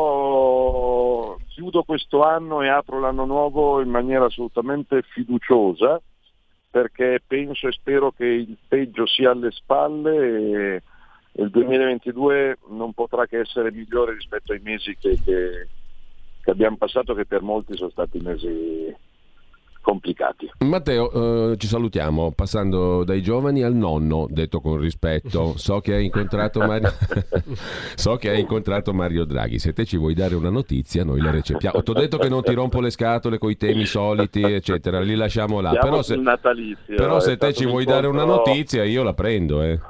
però chiudo questo anno e apro l'anno nuovo in maniera assolutamente fiduciosa, perché penso e spero che il peggio sia alle spalle e, e il duemilaventidue non potrà che essere migliore rispetto ai mesi che, che, che abbiamo passato, che per molti sono stati mesi complicati. Matteo, eh, ci salutiamo passando dai giovani al nonno, detto con rispetto. So che hai incontrato Mario so che hai incontrato Mario Draghi. Se te ci vuoi dare una notizia, noi la recepiamo. Ti ho detto che non ti rompo le scatole con i temi soliti, eccetera, li lasciamo là. Però se, però se te ci vuoi dare una notizia, io la prendo, eh.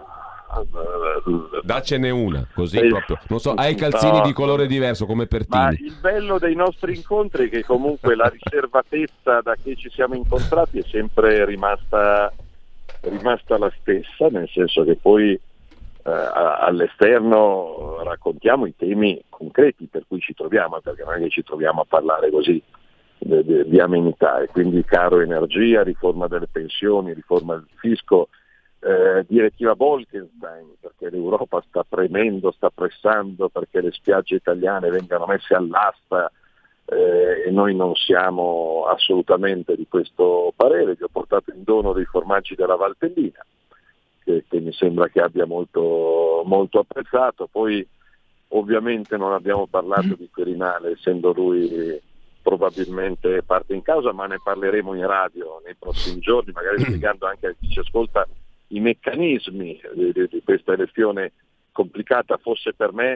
Daccene una, così eh, proprio. Non so, hai calzini no, di colore diverso come Pertini. Ma il bello dei nostri incontri è che comunque la riservatezza da che ci siamo incontrati è sempre rimasta, rimasta la stessa, nel senso che poi eh, all'esterno raccontiamo i temi concreti per cui ci troviamo, perché non è che ci troviamo a parlare così di, di, di amenità, e quindi caro energia, riforma delle pensioni, riforma del fisco, Eh, direttiva Bolkestein, perché l'Europa sta premendo, sta pressando perché le spiagge italiane vengano messe all'asta, eh, e noi non siamo assolutamente di questo parere. Vi ho portato in dono dei formaggi della Valtellina che, che mi sembra che abbia molto, molto apprezzato. Poi ovviamente non abbiamo parlato di Quirinale, essendo lui probabilmente parte in causa, ma ne parleremo in radio nei prossimi giorni, magari spiegando anche a chi ci ascolta i meccanismi di, di, di questa elezione complicata. Fosse per me,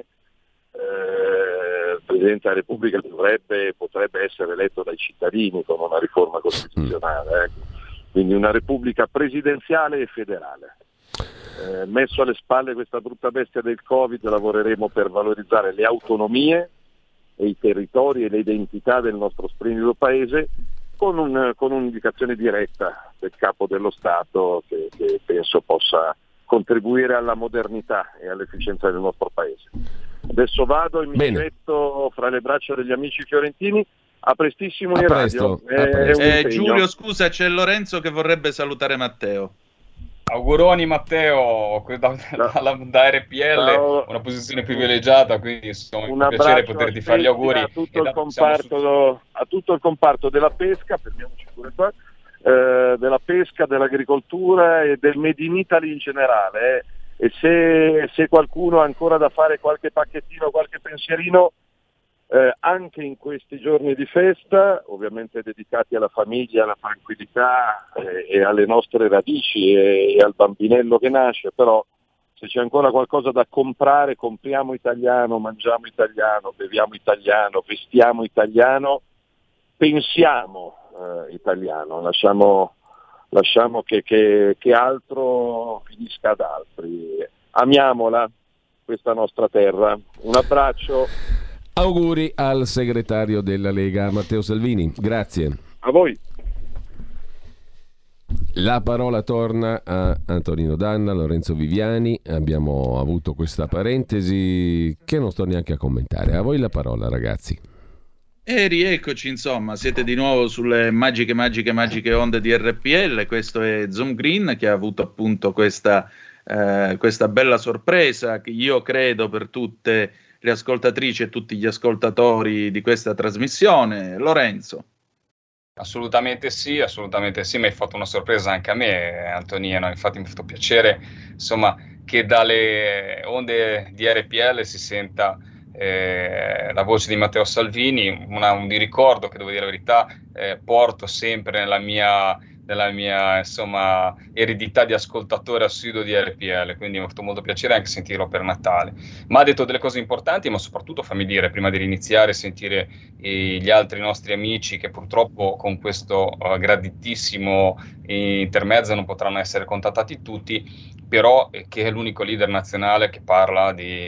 eh, il Presidente della Repubblica dovrebbe, potrebbe essere eletto dai cittadini con una riforma costituzionale, eh. Quindi una Repubblica presidenziale e federale. Eh, messo alle spalle questa brutta bestia del Covid, lavoreremo per valorizzare le autonomie e i territori e le identità del nostro splendido paese, con, un, con un'indicazione diretta del Capo dello Stato che, che penso possa contribuire alla modernità e all'efficienza del nostro paese. Adesso vado e mi metto fra le braccia degli amici fiorentini. A prestissimo in radio. È, è eh, Giulio, scusa, c'è Lorenzo che vorrebbe salutare Matteo. Auguroni Matteo, da, da, da R P L, ciao. Una posizione privilegiata, quindi insomma, un piacere poterti fare gli auguri a tutto, il comparto, a tutto il comparto della pesca, fermiamoci pure qua, eh, della pesca, dell'agricoltura e del Made in Italy in generale. Eh. E se, se qualcuno ha ancora da fare qualche pacchettino, qualche pensierino, Eh, anche in questi giorni di festa, ovviamente dedicati alla famiglia, alla tranquillità eh, e alle nostre radici e, e al bambinello che nasce, però se c'è ancora qualcosa da comprare, compriamo italiano, mangiamo italiano, beviamo italiano, vestiamo italiano, pensiamo eh, italiano, lasciamo, lasciamo che, che, che altro finisca ad altri. Amiamola, questa nostra terra. Un abbraccio. Auguri al segretario della Lega Matteo Salvini, grazie. A voi. La parola torna a Antonino Danna, Lorenzo Viviani. Abbiamo avuto questa parentesi che non sto neanche a commentare. A voi la parola, ragazzi. E rieccoci, insomma, siete di nuovo sulle magiche, magiche, magiche onde di R P L. Questo è Zoom Green, che ha avuto appunto questa, eh, questa bella sorpresa che io credo per tutte le ascoltatrici e tutti gli ascoltatori di questa trasmissione. Lorenzo. Assolutamente sì, assolutamente sì, mi hai fatto una sorpresa anche a me, Antonino. Infatti mi ha fatto piacere, insomma, che dalle onde di R P L si senta eh, la voce di Matteo Salvini, una, un di ricordo che, devo dire la verità, eh, porto sempre nella mia della mia insomma eredità di ascoltatore assiduo di R P L, quindi mi ha fatto molto piacere anche sentirlo per Natale. Ma ha detto delle cose importanti, ma soprattutto fammi dire, prima di iniziare, sentire eh, gli altri nostri amici che purtroppo con questo uh, graditissimo intermezzo non potranno essere contattati tutti, però eh, che è l'unico leader nazionale che parla di,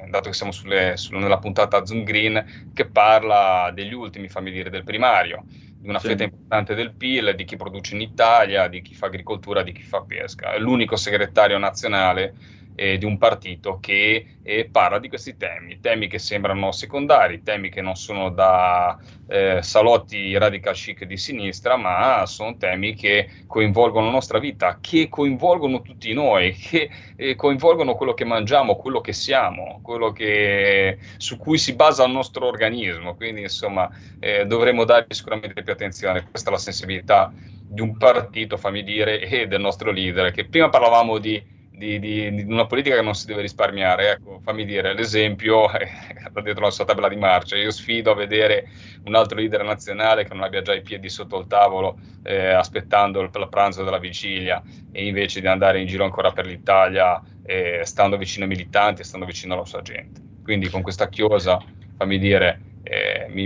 dato che siamo sulle, sulle, nella puntata Zoom Green, che parla degli ultimi, fammi dire, del primario, di una Sì. fetta importante del P I L, di chi produce in Italia, di chi fa agricoltura, di chi fa pesca. È l'unico segretario nazionale eh, di un partito che eh, parla di questi temi, temi che sembrano secondari, temi che non sono da eh, salotti radical chic di sinistra, ma sono temi che coinvolgono la nostra vita, che coinvolgono tutti noi, che eh, coinvolgono quello che mangiamo, quello che siamo, quello che, su cui si basa il nostro organismo. Quindi insomma eh, dovremmo dare sicuramente più attenzione. Questa è la sensibilità di un partito, fammi dire, e del nostro leader, che prima parlavamo di Di, di, di una politica che non si deve risparmiare. Ecco, fammi dire, l'esempio eh, da dietro la sua tabella di marcia. Io sfido a vedere un altro leader nazionale che non abbia già i piedi sotto il tavolo eh, aspettando il, il pranzo della vigilia, e invece di andare in giro ancora per l'Italia eh, stando vicino ai militanti e stando vicino alla sua gente. Quindi con questa chiosa, fammi dire, Eh, mi,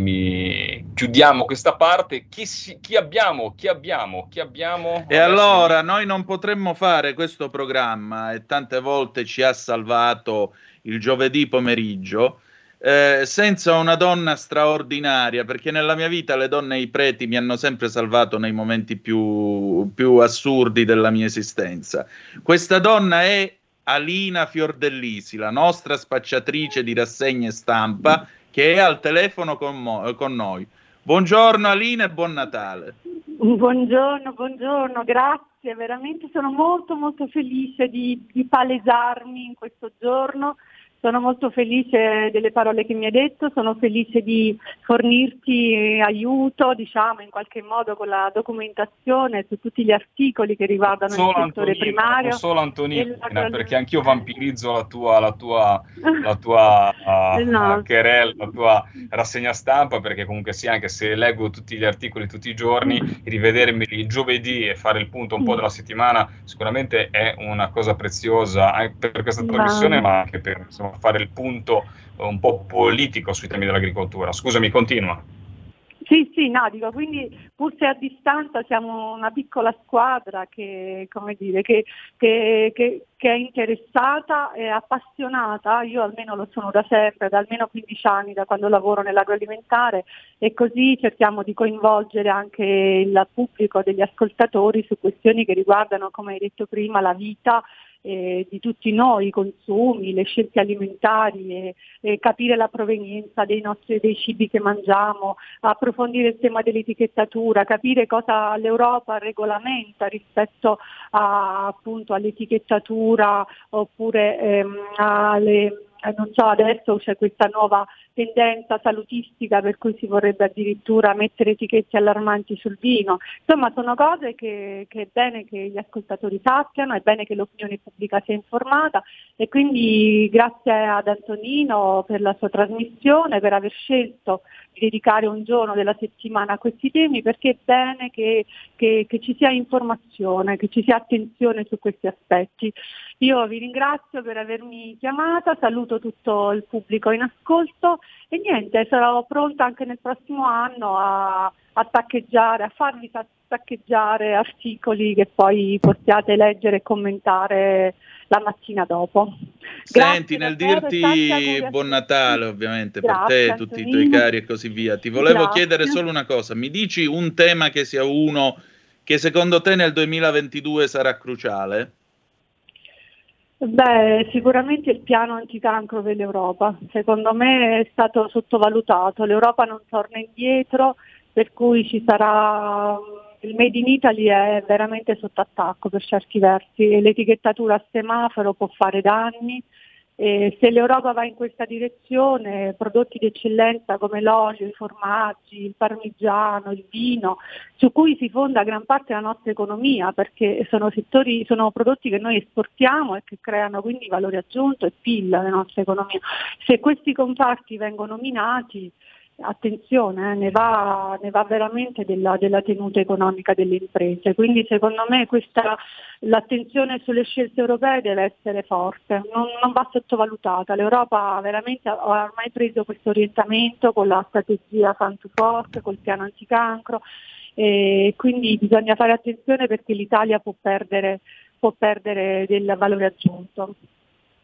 mi chiudiamo questa parte. Chi, si, chi abbiamo? Chi abbiamo? Chi abbiamo? E allora noi non potremmo fare questo programma, e tante volte ci ha salvato il giovedì pomeriggio, eh, senza una donna straordinaria, perché nella mia vita le donne e i preti mi hanno sempre salvato nei momenti più, più assurdi della mia esistenza. Questa donna è Alina Fiordellisi, la nostra spacciatrice di rassegne stampa, che è al telefono con, mo- con noi. Buongiorno Alina e buon Natale. Buongiorno, buongiorno, grazie, veramente sono molto molto felice di, di palesarmi in questo giorno, sono molto felice delle parole che mi hai detto, sono felice di fornirti aiuto, diciamo, in qualche modo con la documentazione su tutti gli articoli che riguardano solo il settore Antonino, primario. non solo Antonino, la... perché anch'io vampirizzo la tua, la tua, la tua uh, no. querel, la tua rassegna stampa, perché comunque sì, anche se leggo tutti gli articoli tutti i giorni, rivedermi il giovedì e fare il punto un po' della settimana sicuramente è una cosa preziosa anche per questa trasmissione, ma anche per, insomma, fare il punto un po' politico sui temi dell'agricoltura. Scusami, continua. Sì, sì, no, dico, quindi pur se a distanza siamo una piccola squadra che, come dire, che, che, che, che è interessata e appassionata, io almeno lo sono da sempre, da almeno quindici anni, da quando lavoro nell'agroalimentare, e così cerchiamo di coinvolgere anche il pubblico degli ascoltatori su questioni che riguardano, come hai detto prima, la vita Eh, di tutti noi, i consumi, le scelte alimentari, e, e capire la provenienza dei nostri dei cibi che mangiamo, approfondire il tema dell'etichettatura, capire cosa l'Europa regolamenta rispetto a, appunto all'etichettatura, oppure ehm, alle non so, adesso c'è questa nuova tendenza salutistica per cui si vorrebbe addirittura mettere etichette allarmanti sul vino. Insomma, sono cose che, che è bene che gli ascoltatori sappiano, è bene che l'opinione pubblica sia informata, e quindi grazie ad Antonino per la sua trasmissione, per aver scelto di dedicare un giorno della settimana a questi temi, perché è bene che, che, che ci sia informazione, che ci sia attenzione su questi aspetti. Io vi ringrazio per avermi chiamata, saluto tutto il pubblico in ascolto e niente, sarò pronta anche nel prossimo anno a, a taccheggiare, a farvi taccheggiare articoli che poi possiate leggere e commentare la mattina dopo. Senti, Grazie nel davvero, dirti buon Natale ovviamente Grazie, per te, tutti i tuoi Antonino. cari e così via, ti volevo Grazie. chiedere solo una cosa, mi dici un tema che sia uno che secondo te nel duemilaventidue sarà cruciale? Beh, sicuramente il piano anticancro dell'Europa, secondo me è stato sottovalutato, l'Europa non torna indietro, per cui ci sarà, il Made in Italy è veramente sotto attacco per certi versi, e l'etichettatura a semaforo può fare danni, e se l'Europa va in questa direzione, prodotti di eccellenza come l'olio, i formaggi, il parmigiano, il vino, su cui si fonda gran parte della nostra economia, perché sono settori, sono prodotti che noi esportiamo e che creano quindi valore aggiunto e P I L nella nostra economia. Se questi comparti vengono minati, attenzione, eh, ne, va, ne va veramente della, della tenuta economica delle imprese, quindi secondo me questa, l'attenzione sulle scelte europee deve essere forte, non, non va sottovalutata. L'Europa veramente ha ormai preso questo orientamento con la strategia Farm to Fork, col piano anticancro, e quindi bisogna fare attenzione perché l'Italia può perdere, può perdere del valore aggiunto.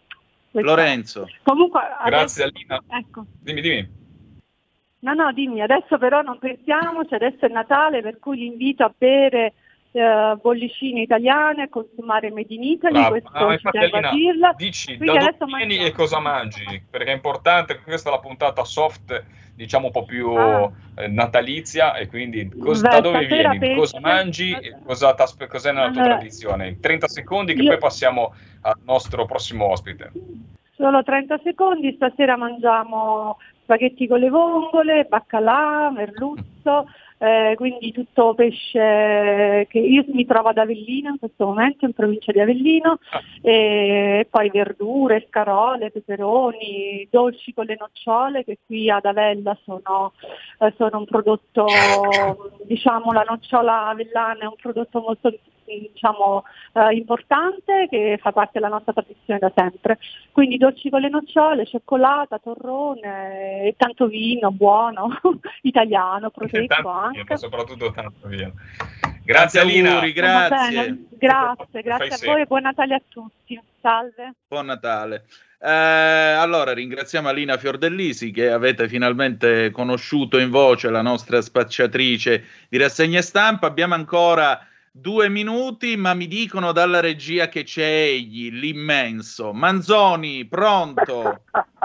Lorenzo. Comunque, grazie adesso, Alina. Ecco. Dimmi, dimmi. No, no, dimmi, adesso però non pensiamoci, adesso è Natale, per cui li invito a bere eh, bollicine italiane, a consumare Made in Italy, Bravo. questo Ah, ci tengo Alina, a dirla. dici Quindi da adesso dove vieni mangiamo. e cosa mangi, perché è importante, questa è la puntata soft, diciamo un po' più Ah. eh, natalizia, e quindi cos- Beh, da dove stasera vieni, cosa pesce. mangi e cosa t'aspe- cos'è nella tua Allora, tradizione. trenta secondi che io- poi passiamo al nostro prossimo ospite. Solo trenta secondi, stasera mangiamo spaghetti con le vongole, baccalà, merluzzo, eh, quindi tutto pesce che io mi trovo ad Avellino in questo momento, in provincia di Avellino, e poi verdure, scarole, peperoni, dolci con le nocciole che qui ad Avella sono, eh, sono un prodotto, diciamo la nocciola avellana è un prodotto molto diciamo eh, importante che fa parte della nostra tradizione da sempre, quindi dolci con le nocciole, cioccolata, torrone e tanto vino buono italiano, prosecco Tanto anche. vino, soprattutto tanto vino. Grazie Tanti Alina. auguri, Va grazie. bene, grazie, grazie a sempre. voi e buon Natale a tutti. Salve. Buon Natale. Eh, allora ringraziamo Alina Fiordellisi che avete finalmente conosciuto in voce, la nostra spacciatrice di rassegna stampa. Abbiamo ancora due minuti, ma mi dicono dalla regia che c'è egli, l'immenso Manzoni, pronto?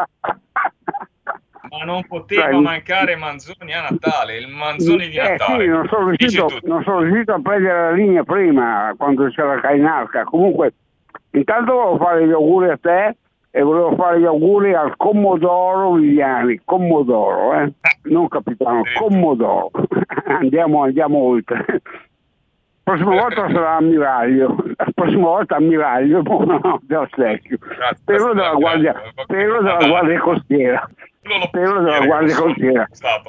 Ma non poteva Dai. mancare Manzoni a Natale, il Manzoni di Eh Natale. sì, non sono, Dici riuscito, tutto. non sono riuscito a prendere la linea prima quando c'era Cainarca. Comunque, intanto volevo fare gli auguri a te e volevo fare gli auguri al Commodoro Viviani, Commodoro, eh? non capitano, Commodoro. andiamo, andiamo oltre. La prossima volta sarà ammiraglio, la prossima volta ammiraglio, buonanotte al secchio. Spero della guardia, spero della guardia costiera. Spero della guardia costiera.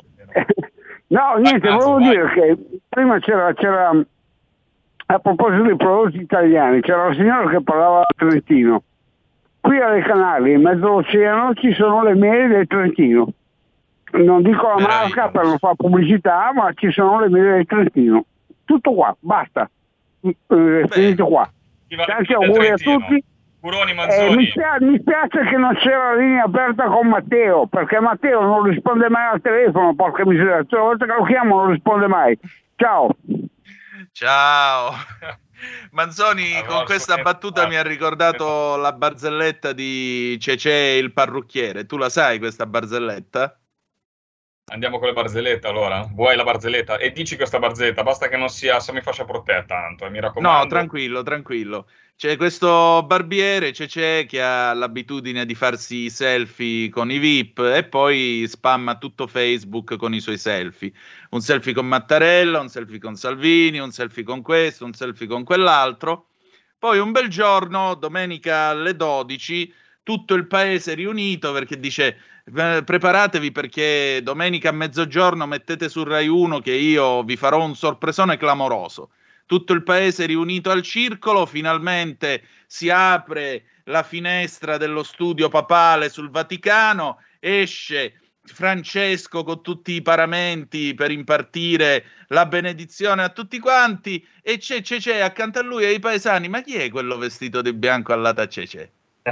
No, niente, volevo dire che prima c'era, c'era, a proposito dei prodotti italiani, c'era la signora che parlava del Trentino. Qui alle Canarie, in mezzo all'oceano, ci sono le mele del Trentino. Non dico la marca per non fare pubblicità, ma ci sono le mele del Trentino. Tutto qua, basta. Eh, finito qua. Tanti auguri a tutti. Curoni Eh, Manzoni. mi, spia- mi spiace che non c'era la linea aperta con Matteo, perché Matteo non risponde mai al telefono, porca miseria. Tutte le volte che lo chiamo non risponde mai. Ciao. Ciao. Manzoni Allora, con questa eh, battuta ah, mi ha ricordato la barzelletta di Cecè il parrucchiere. Tu la sai questa barzelletta? Andiamo con le barzellette allora. Vuoi la barzelletta? E dici questa barzelletta, basta che non sia se mi faccia per te tanto, eh, mi raccomando. No, tranquillo, tranquillo. C'è questo barbiere, Cecè, che ha l'abitudine di farsi i selfie con i V I P e poi spamma tutto Facebook con i suoi selfie. Un selfie con Mattarella, un selfie con Salvini, un selfie con questo, un selfie con quell'altro. Poi un bel giorno, domenica alle dodici, tutto il paese riunito perché dice eh, preparatevi perché domenica a mezzogiorno mettete su Rai uno che io vi farò un sorpresone clamoroso. Tutto il paese riunito al circolo, finalmente si apre la finestra dello studio papale sul Vaticano, esce Francesco con tutti i paramenti per impartire la benedizione a tutti quanti e c'è Cecè accanto a lui e ai paesani, ma chi è quello vestito di bianco all'ata Cecè?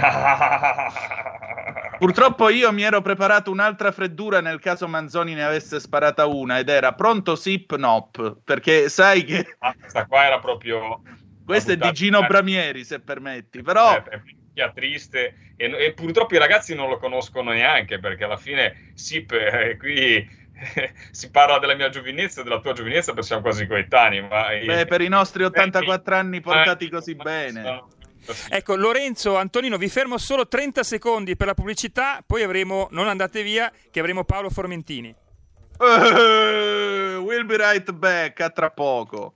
Purtroppo io mi ero preparato un'altra freddura nel caso Manzoni ne avesse sparata una ed era pronto sip nop, perché sai che Ah, questa qua era proprio questo è di Gino Bramieri, se permetti, però eh, è triste e, e purtroppo i ragazzi non lo conoscono neanche perché alla fine Sip eh, qui eh, si parla della mia giovinezza e della tua giovinezza perché siamo quasi coetanei, ma beh, per i nostri ottantaquattro anni portati così bene. Ecco, Lorenzo, Antonino, vi fermo solo trenta secondi per la pubblicità, poi avremo, non andate via, che avremo Paolo Formentini. Uh, we'll be right back, a tra poco.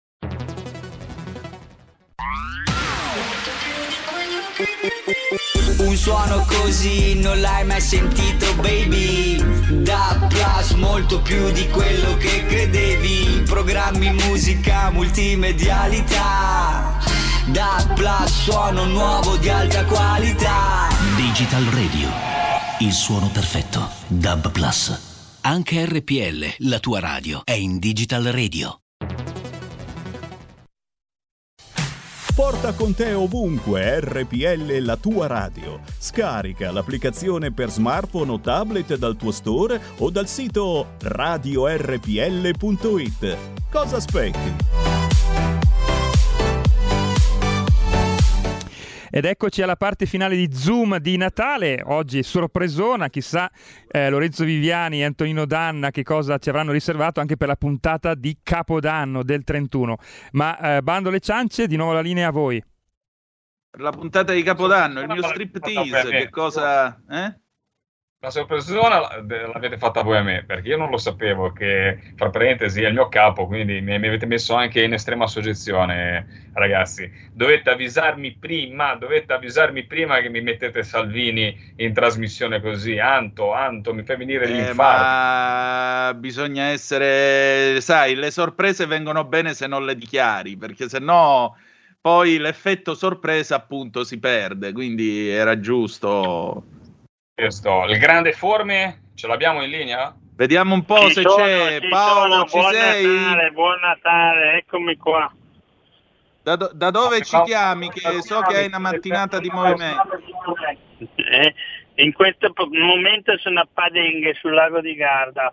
Un suono così non l'hai mai sentito, baby. Da Plus, molto più di quello che credevi. Programmi, musica, multimedialità. Da Plus, suono nuovo di alta qualità. Digital Radio, il suono perfetto. Dub Plus. Anche R P L, la tua radio, è in Digital Radio. Porta con te ovunque R P L, la tua radio. Scarica l'applicazione per smartphone o tablet dal tuo store o dal sito radio r p l punto i t. Cosa aspetti? Ed eccoci alla parte finale di Zoom di Natale. Oggi sorpresona, chissà eh, Lorenzo Viviani e Antonino Danna che cosa ci avranno riservato anche per la puntata di Capodanno del trentuno. Ma eh, bando le ciance, di nuovo la linea a voi. La puntata di Capodanno, il mio striptease, che cosa... Eh? La sorpresona l'avete fatta voi a me, perché io non lo sapevo che, fra parentesi, è il mio capo, quindi mi, mi avete messo anche in estrema soggezione, ragazzi. Dovete avvisarmi prima, dovete avvisarmi prima che mi mettete Salvini in trasmissione così. Anto, Anto, mi fai venire eh, l'infarto. Ma bisogna essere... Sai, le sorprese vengono bene se non le dichiari, perché se no poi l'effetto sorpresa appunto si perde, quindi era giusto... Il grande Forme, ce l'abbiamo in linea? Vediamo un po' ci se sono, c'è. ci Paolo, sono. ci Buon sei? Natale, buon Natale, eccomi qua. Da, do- da dove ci chiami? Che so che hai una mattinata di movimento. Eh, in questo momento sono a Padenghe, sul lago di Garda.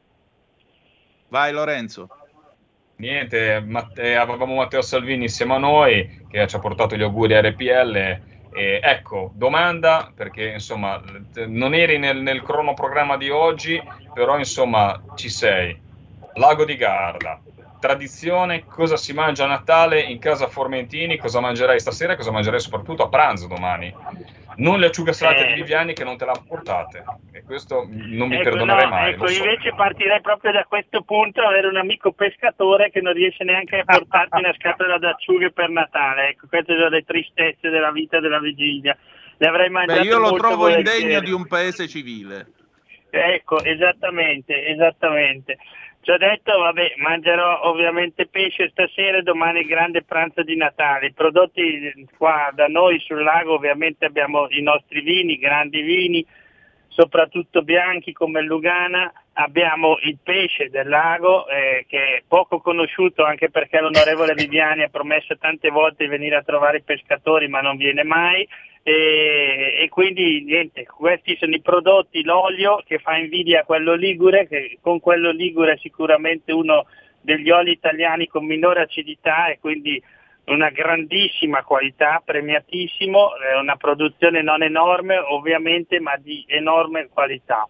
Vai Lorenzo. Niente, Matte- avevamo Matteo Salvini insieme a noi, che ci ha portato gli auguri a R P L. E ecco, domanda, perché insomma non eri nel, nel cronoprogramma di oggi, però insomma ci sei. Lago di Garda, tradizione, cosa si mangia a Natale in casa Formentini, cosa mangerai stasera e cosa mangerai soprattutto a pranzo domani. Non le acciughe salate eh. di Viviani che non te l'hanno portate, e questo non mi ecco, perdonerai no, mai. Ecco, so. invece partirei proprio da questo punto, avere un amico pescatore che non riesce neanche a portarti una scatola d'acciughe per Natale. Ecco, queste sono le tristezze della vita della vigilia. Le avrei mangiate. Beh, io lo molto trovo volentieri. indegno di un paese civile. Ecco, esattamente, esattamente. Ci ho detto, vabbè, mangerò ovviamente pesce stasera e domani il grande pranzo di Natale. I prodotti qua da noi sul lago ovviamente abbiamo i nostri vini, grandi vini, soprattutto bianchi come il Lugana. Abbiamo il pesce del lago eh, che è poco conosciuto anche perché l'onorevole Viviani ha promesso tante volte di venire a trovare i pescatori ma non viene mai. E, e quindi niente, questi sono i prodotti, l'olio che fa invidia a quello ligure, che con quello ligure è sicuramente uno degli oli italiani con minore acidità e quindi una grandissima qualità, premiatissimo, è una produzione non enorme ovviamente ma di enorme qualità.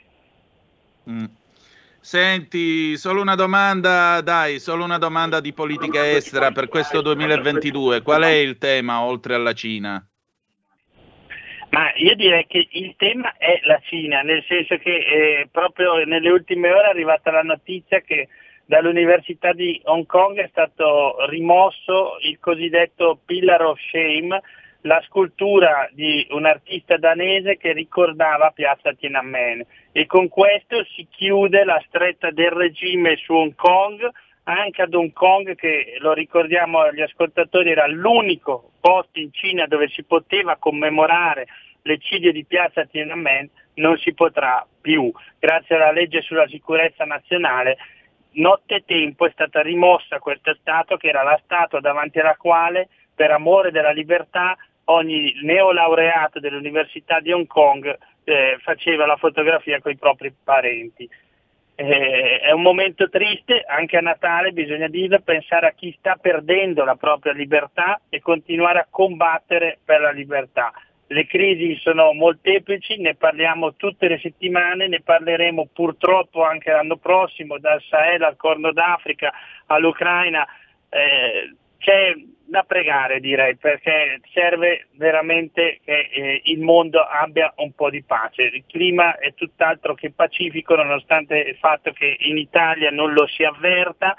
Mm. Senti, solo una domanda, dai, solo una domanda di politica estera per questo duemilaventidue. Qual è il tema oltre alla Cina? Ma io direi che il tema è la Cina, nel senso che eh, proprio nelle ultime ore è arrivata la notizia che dall'Università di Hong Kong è stato rimosso il cosiddetto Pillar of Shame, la scultura di un artista danese che ricordava Piazza Tiananmen, e con questo si chiude la stretta del regime su Hong Kong, anche ad Hong Kong che, lo ricordiamo agli ascoltatori, era l'unico posto in Cina dove si poteva commemorare l'eccidio di Piazza Tiananmen, non si potrà più. Grazie alla legge sulla sicurezza nazionale, nottetempo è stata rimossa questa statua che era la statua davanti alla quale, per amore della libertà, ogni neolaureato dell'Università di Hong Kong eh, faceva la fotografia con i propri parenti. Eh, è un momento triste, anche a Natale bisogna dirlo, pensare a chi sta perdendo la propria libertà e continuare a combattere per la libertà. Le crisi sono molteplici, ne parliamo tutte le settimane, ne parleremo purtroppo anche l'anno prossimo, dal Sahel al Corno d'Africa all'Ucraina. Eh, c'è da pregare, direi, perché serve veramente che eh, il mondo abbia un po' di pace. Il clima è tutt'altro che pacifico, nonostante il fatto che in Italia non lo si avverta,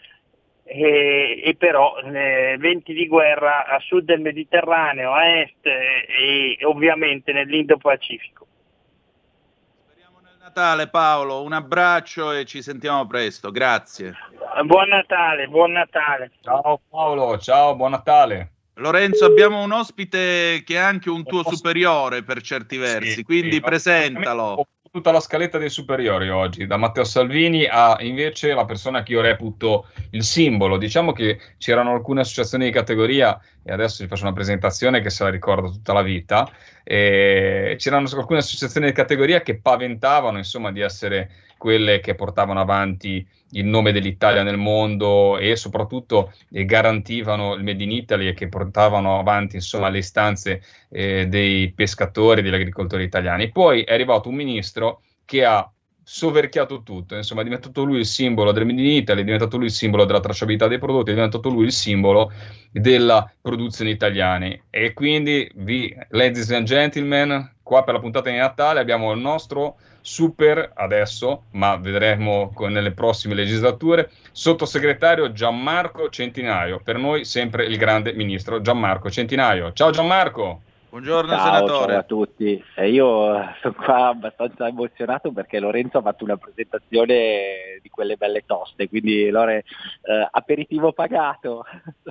e, e però eh, venti di guerra a sud del Mediterraneo, a est eh, e ovviamente nell'Indo-Pacifico. Speriamo nel Natale, Paolo, un abbraccio e ci sentiamo presto, grazie. Buon Natale, buon Natale. Ciao Paolo, ciao, buon Natale. Lorenzo, abbiamo un ospite che è anche un tuo superiore per certi versi, sì, quindi sì, presentalo. tutta la scaletta dei superiori oggi, da Matteo Salvini a invece la persona che io reputo il simbolo. Diciamo che c'erano alcune associazioni di categoria, e adesso vi faccio una presentazione che se la ricordo tutta la vita, e c'erano alcune associazioni di categoria che paventavano insomma di essere quelle che portavano avanti il nome dell'Italia nel mondo e soprattutto eh, garantivano il Made in Italy e che portavano avanti insomma le istanze eh, dei pescatori e degli agricoltori italiani. Poi è arrivato un ministro che ha soverchiato tutto, insomma è diventato lui il simbolo del Made in Italy, è diventato lui il simbolo della tracciabilità dei prodotti, è diventato lui il simbolo della produzione italiana. E quindi vi, ladies and gentlemen, qua per la puntata di Natale abbiamo il nostro super, adesso, ma vedremo con, nelle prossime legislature, sottosegretario Gianmarco Centinaio, per noi sempre il grande ministro Gianmarco Centinaio. Ciao Gianmarco! Buongiorno ciao, senatore. Ciao a tutti. Eh, io sono qua abbastanza emozionato perché Lorenzo ha fatto una presentazione di quelle belle toste, quindi Lore, eh, aperitivo pagato.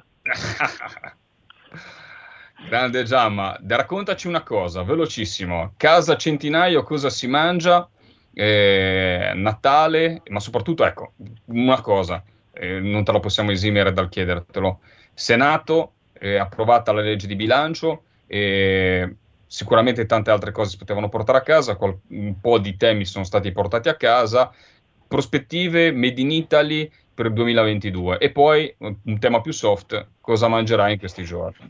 Grande Giamma, raccontaci una cosa, velocissimo. Casa Centinaio, cosa si mangia? Eh, Natale, ma soprattutto, ecco, una cosa, eh, non te la possiamo esimere dal chiedertelo. Senato, eh, approvata la legge di bilancio, eh, sicuramente tante altre cose si potevano portare a casa, qual- un po' di temi sono stati portati a casa, prospettive Made in Italy per il duemilaventidue e poi un tema più soft, cosa mangerai in questi giorni?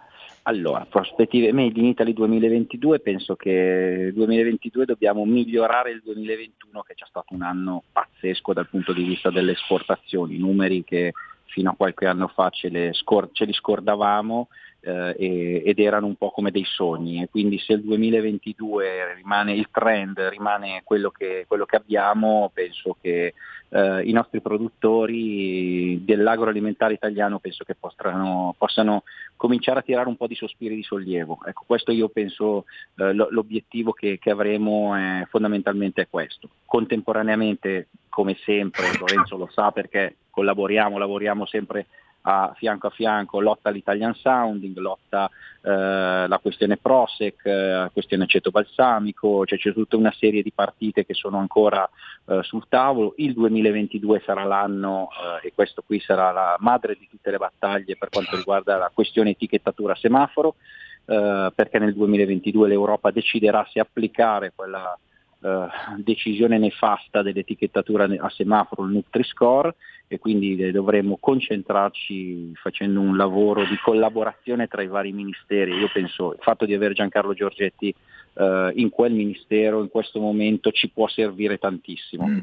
Allora, prospettive Made in Italy duemilaventidue, penso che duemilaventidue dobbiamo migliorare il duemilaventuno, che è già stato un anno pazzesco dal punto di vista delle esportazioni, numeri che fino a qualche anno fa ce, le scor- ce li scordavamo eh, e- ed erano un po' come dei sogni, e quindi se il duemilaventidue rimane il trend, rimane quello che, quello che abbiamo, penso che eh, i nostri produttori dell'agroalimentare italiano penso che possano, possano cominciare a tirare un po' di sospiri di sollievo. Ecco, questo io penso eh, l- l'obiettivo che, che avremo è fondamentalmente è questo. Contemporaneamente, come sempre, Lorenzo lo sa perché collaboriamo, lavoriamo sempre a fianco a fianco, lotta all'Italian Sounding, lotta eh, la questione Prosec, la questione aceto balsamico, cioè c'è tutta una serie di partite che sono ancora eh, sul tavolo. Il duemilaventidue sarà l'anno eh, e questo qui sarà la madre di tutte le battaglie per quanto riguarda la questione etichettatura semaforo, eh, perché nel duemilaventidue l'Europa deciderà se applicare quella Uh, decisione nefasta dell'etichettatura a semaforo, il Nutri-Score, e quindi dovremo concentrarci facendo un lavoro di collaborazione tra i vari ministeri. Io penso il fatto di avere Giancarlo Giorgetti uh, in quel ministero in questo momento ci può servire tantissimo mm.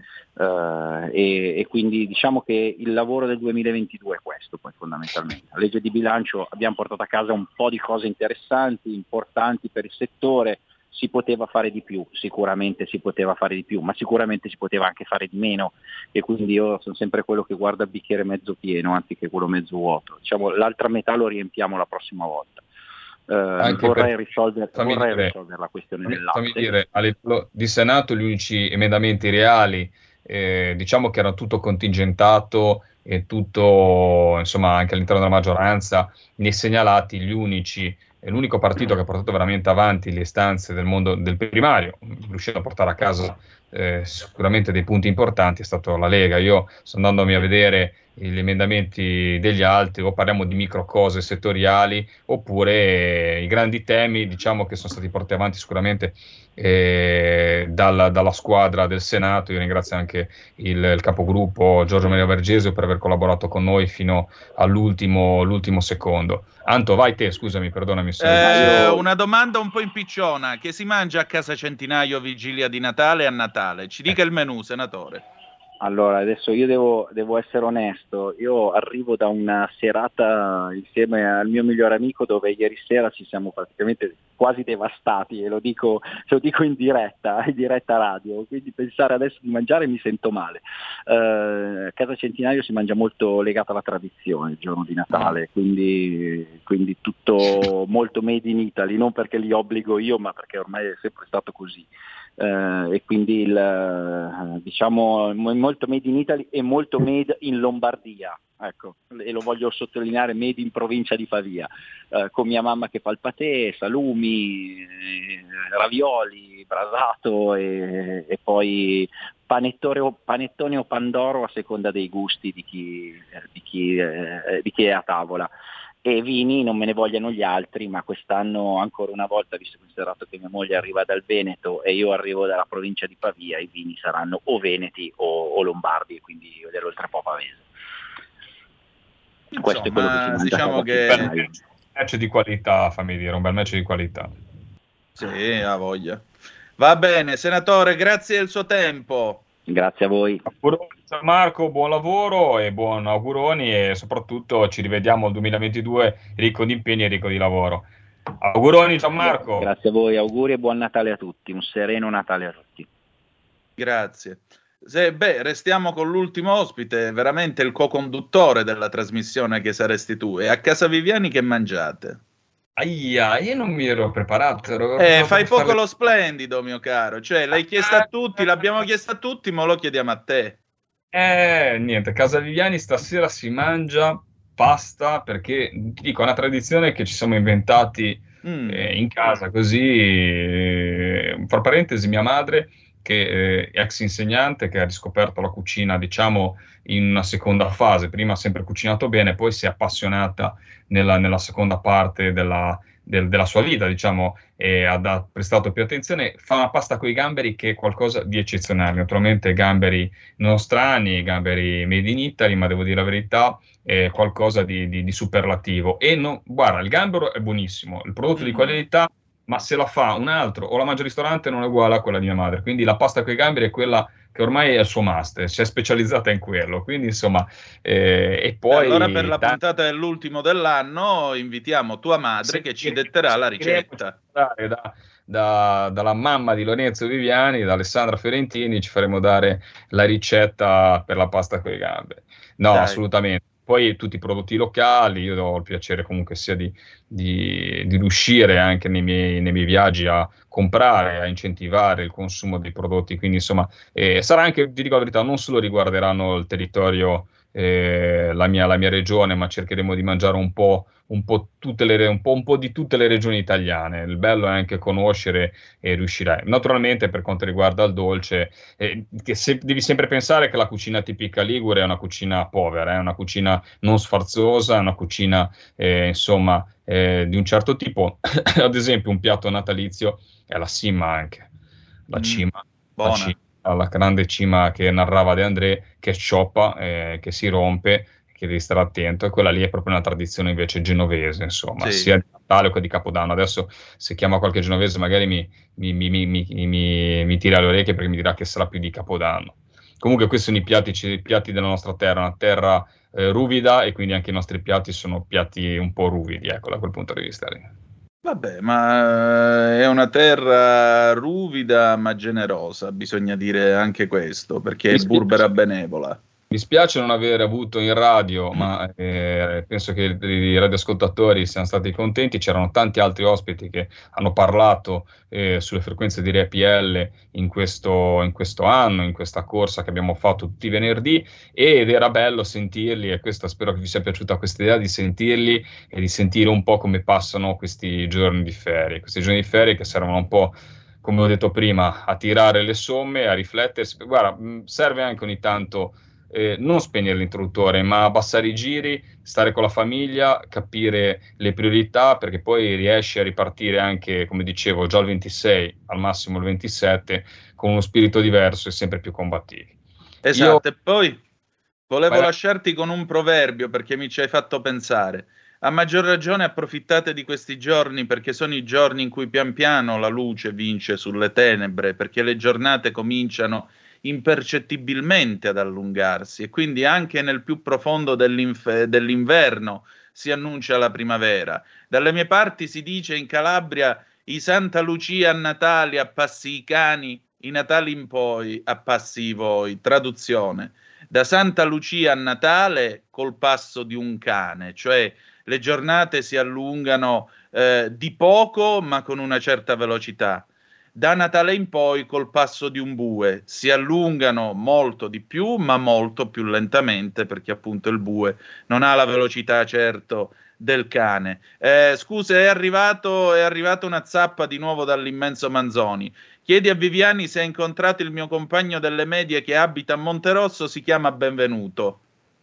uh, e, e quindi diciamo che il lavoro del duemilaventidue è questo poi fondamentalmente. La legge di bilancio abbiamo portato a casa un po' di cose interessanti, importanti per il settore. Si poteva fare di più, sicuramente si poteva fare di più, ma sicuramente si poteva anche fare di meno, e quindi io sono sempre quello che guarda il bicchiere mezzo pieno anziché quello mezzo vuoto. Diciamo, l'altra metà lo riempiamo la prossima volta. Eh, vorrei, per... risolvere, vorrei dire, risolvere la questione fammi, del latte. Fammi dire, a livello di Senato gli unici emendamenti reali, eh, diciamo che era tutto contingentato e tutto, insomma, anche all'interno della maggioranza, ne segnalati gli unici. È l'unico partito che ha portato veramente avanti le istanze del mondo del primario, riuscendo a portare a casa eh, sicuramente dei punti importanti, è stato la Lega. Io sto andandomi a vedere gli emendamenti degli altri, o parliamo di micro cose settoriali, oppure eh, i grandi temi, diciamo, che sono stati portati avanti sicuramente eh, dalla, dalla squadra del Senato. Io ringrazio anche il, il capogruppo Giorgio Maria Vergesio per aver collaborato con noi fino all'ultimo l'ultimo secondo. Anto, vai te, scusami, perdonami. Eh, una domanda un po' impicciona: che si mangia a casa Centinaio vigilia di Natale e a Natale? Ci dica il menù, senatore. Allora, adesso io devo, devo essere onesto, io arrivo da una serata insieme al mio migliore amico dove ieri sera ci siamo praticamente quasi devastati, e lo dico, lo dico in diretta, in diretta radio, quindi pensare adesso di mangiare mi sento male. Uh, a casa Centinaio si mangia molto legato alla tradizione il giorno di Natale, quindi, quindi tutto molto made in Italy, non perché li obbligo io, ma perché ormai è sempre stato così. eh, e quindi il, eh, diciamo molto made in Italy e molto made in Lombardia, ecco, e lo voglio sottolineare, made in provincia di Pavia, eh, con mia mamma che fa il patè, salumi, eh, ravioli, brasato e, e poi panettone o, panettone o pandoro a seconda dei gusti di chi, eh, di chi, eh, di chi è a tavola. E vini non me ne vogliano gli altri, ma quest'anno ancora una volta, visto considerato che mia moglie arriva dal Veneto e io arrivo dalla provincia di Pavia, i vini saranno o veneti o, o lombardi, quindi dell'oltrepo pavese. Insomma, questo è quello che si mangia. Diciamo che Un match di qualità, fammi dire, un bel match di qualità. Sì, ha voglia. Va bene, senatore, grazie del suo tempo. Grazie a voi. Marco, buon lavoro e buon auguroni, e soprattutto ci rivediamo al duemilaventidue ricco di impegni e ricco di lavoro. Auguroni Gianmarco. Grazie a voi, auguri e buon Natale a tutti, un sereno Natale a tutti. Grazie. Se, beh, restiamo con l'ultimo ospite, veramente il co-conduttore della trasmissione che saresti tu. E a casa Viviani che mangiate? Aia, io non mi ero preparato. Ero eh, ero fai poco fare... lo splendido, mio caro. Cioè, l'hai chiesto a tutti, l'abbiamo chiesto a tutti, ma lo chiediamo a te. Eh, niente, Casa Viviani stasera si mangia pasta, perché ti dico, è una tradizione che ci siamo inventati mm. eh, in casa, così. Eh, fra parentesi, mia madre, che è ex insegnante, che ha riscoperto la cucina, diciamo, in una seconda fase. Prima ha sempre cucinato bene, poi si è appassionata nella, nella seconda parte della, del, della sua vita, diciamo, e ha da, prestato più attenzione. Fa una pasta con i gamberi che è qualcosa di eccezionale. Naturalmente gamberi nostrani, gamberi made in Italy, ma devo dire la verità, è qualcosa di, di, di superlativo. E no, guarda, il gambero è buonissimo, il prodotto mm. di qualità, ma se la fa un altro o la mangia al ristorante non è uguale a quella di mia madre. Quindi la pasta con i gamberi è quella che ormai è il suo must, si è specializzata in quello. Quindi insomma, eh, e poi allora per la t- puntata dell'ultimo dell'anno invitiamo tua madre, sì, che ci detterà la ricetta. Da, da, dalla mamma di Lorenzo Viviani, da Alessandra Fiorentini, ci faremo dare la ricetta per la pasta con i gamberi. No, Dai. assolutamente. Poi tutti i prodotti locali, io ho il piacere comunque sia di, di, di riuscire anche nei miei, nei miei viaggi a comprare, a incentivare il consumo dei prodotti, quindi insomma eh, sarà anche, ti dico la verità, non solo riguarderanno il territorio, eh, la, mia, la mia regione, ma cercheremo di mangiare un po', un po' tutte le, un po', un po' di tutte le regioni italiane. Il bello è anche conoscere e riuscire. Naturalmente per quanto riguarda il dolce, eh, che se, devi sempre pensare che la cucina tipica ligure è una cucina povera, è una cucina non sfarzosa, è una cucina eh, insomma eh, di un certo tipo. Ad esempio un piatto natalizio è la cima, anche la cima, mm, la, cima la grande cima che narrava De André, che scioppa, eh, che si rompe, che devi stare attento, e quella lì è proprio una tradizione invece genovese, insomma, sì. sia di Natale che di Capodanno. Adesso se chiama qualche genovese magari mi, mi, mi, mi, mi, mi, mi tira le orecchie, perché mi dirà che sarà più di Capodanno. Comunque questi sono i piatti, i piatti della nostra terra, una terra eh, ruvida, e quindi anche i nostri piatti sono piatti un po' ruvidi, ecco, da quel punto di vista lì. Vabbè, ma è una terra ruvida ma generosa, bisogna dire anche questo, perché è burbera benevola. Mi spiace non aver avuto in radio, ma eh, penso che i radioascoltatori siano stati contenti. C'erano tanti altri ospiti che hanno parlato eh, sulle frequenze di R P L in questo, in questo anno, in questa corsa che abbiamo fatto tutti i venerdì, ed era bello sentirli, e questa, spero che vi sia piaciuta questa idea di sentirli e di sentire un po' come passano questi giorni di ferie, questi giorni di ferie che servono un po', come ho detto prima, a tirare le somme, a riflettere. Guarda, serve anche ogni tanto Eh, non spegnere l'interruttore, ma abbassare i giri, stare con la famiglia, capire le priorità, perché poi riesci a ripartire anche, come dicevo, già il ventisei, al massimo il ventisette, con uno spirito diverso e sempre più combattivi. Esatto, Io... e poi volevo Vai... lasciarti con un proverbio, perché mi ci hai fatto pensare. A maggior ragione approfittate di questi giorni, perché sono i giorni in cui pian piano la luce vince sulle tenebre, perché le giornate cominciano impercettibilmente ad allungarsi, e quindi anche nel più profondo dell'inverno si annuncia la primavera. Dalle mie parti si dice in Calabria: i Santa Lucia a Natale appassi i cani, i Natali in poi appassi voi. Traduzione: da Santa Lucia a Natale col passo di un cane, cioè le giornate si allungano eh, di poco ma con una certa velocità. da Natale in poi col passo di un bue, si allungano molto di più, ma molto più lentamente, perché appunto il bue non ha la velocità certo del cane. Eh, scusa, è arrivato, è arrivata una zappa di nuovo dall'immenso Manzoni. Chiedi a Viviani se ha incontrato il mio compagno delle medie che abita a Monterosso, si chiama Benvenuto.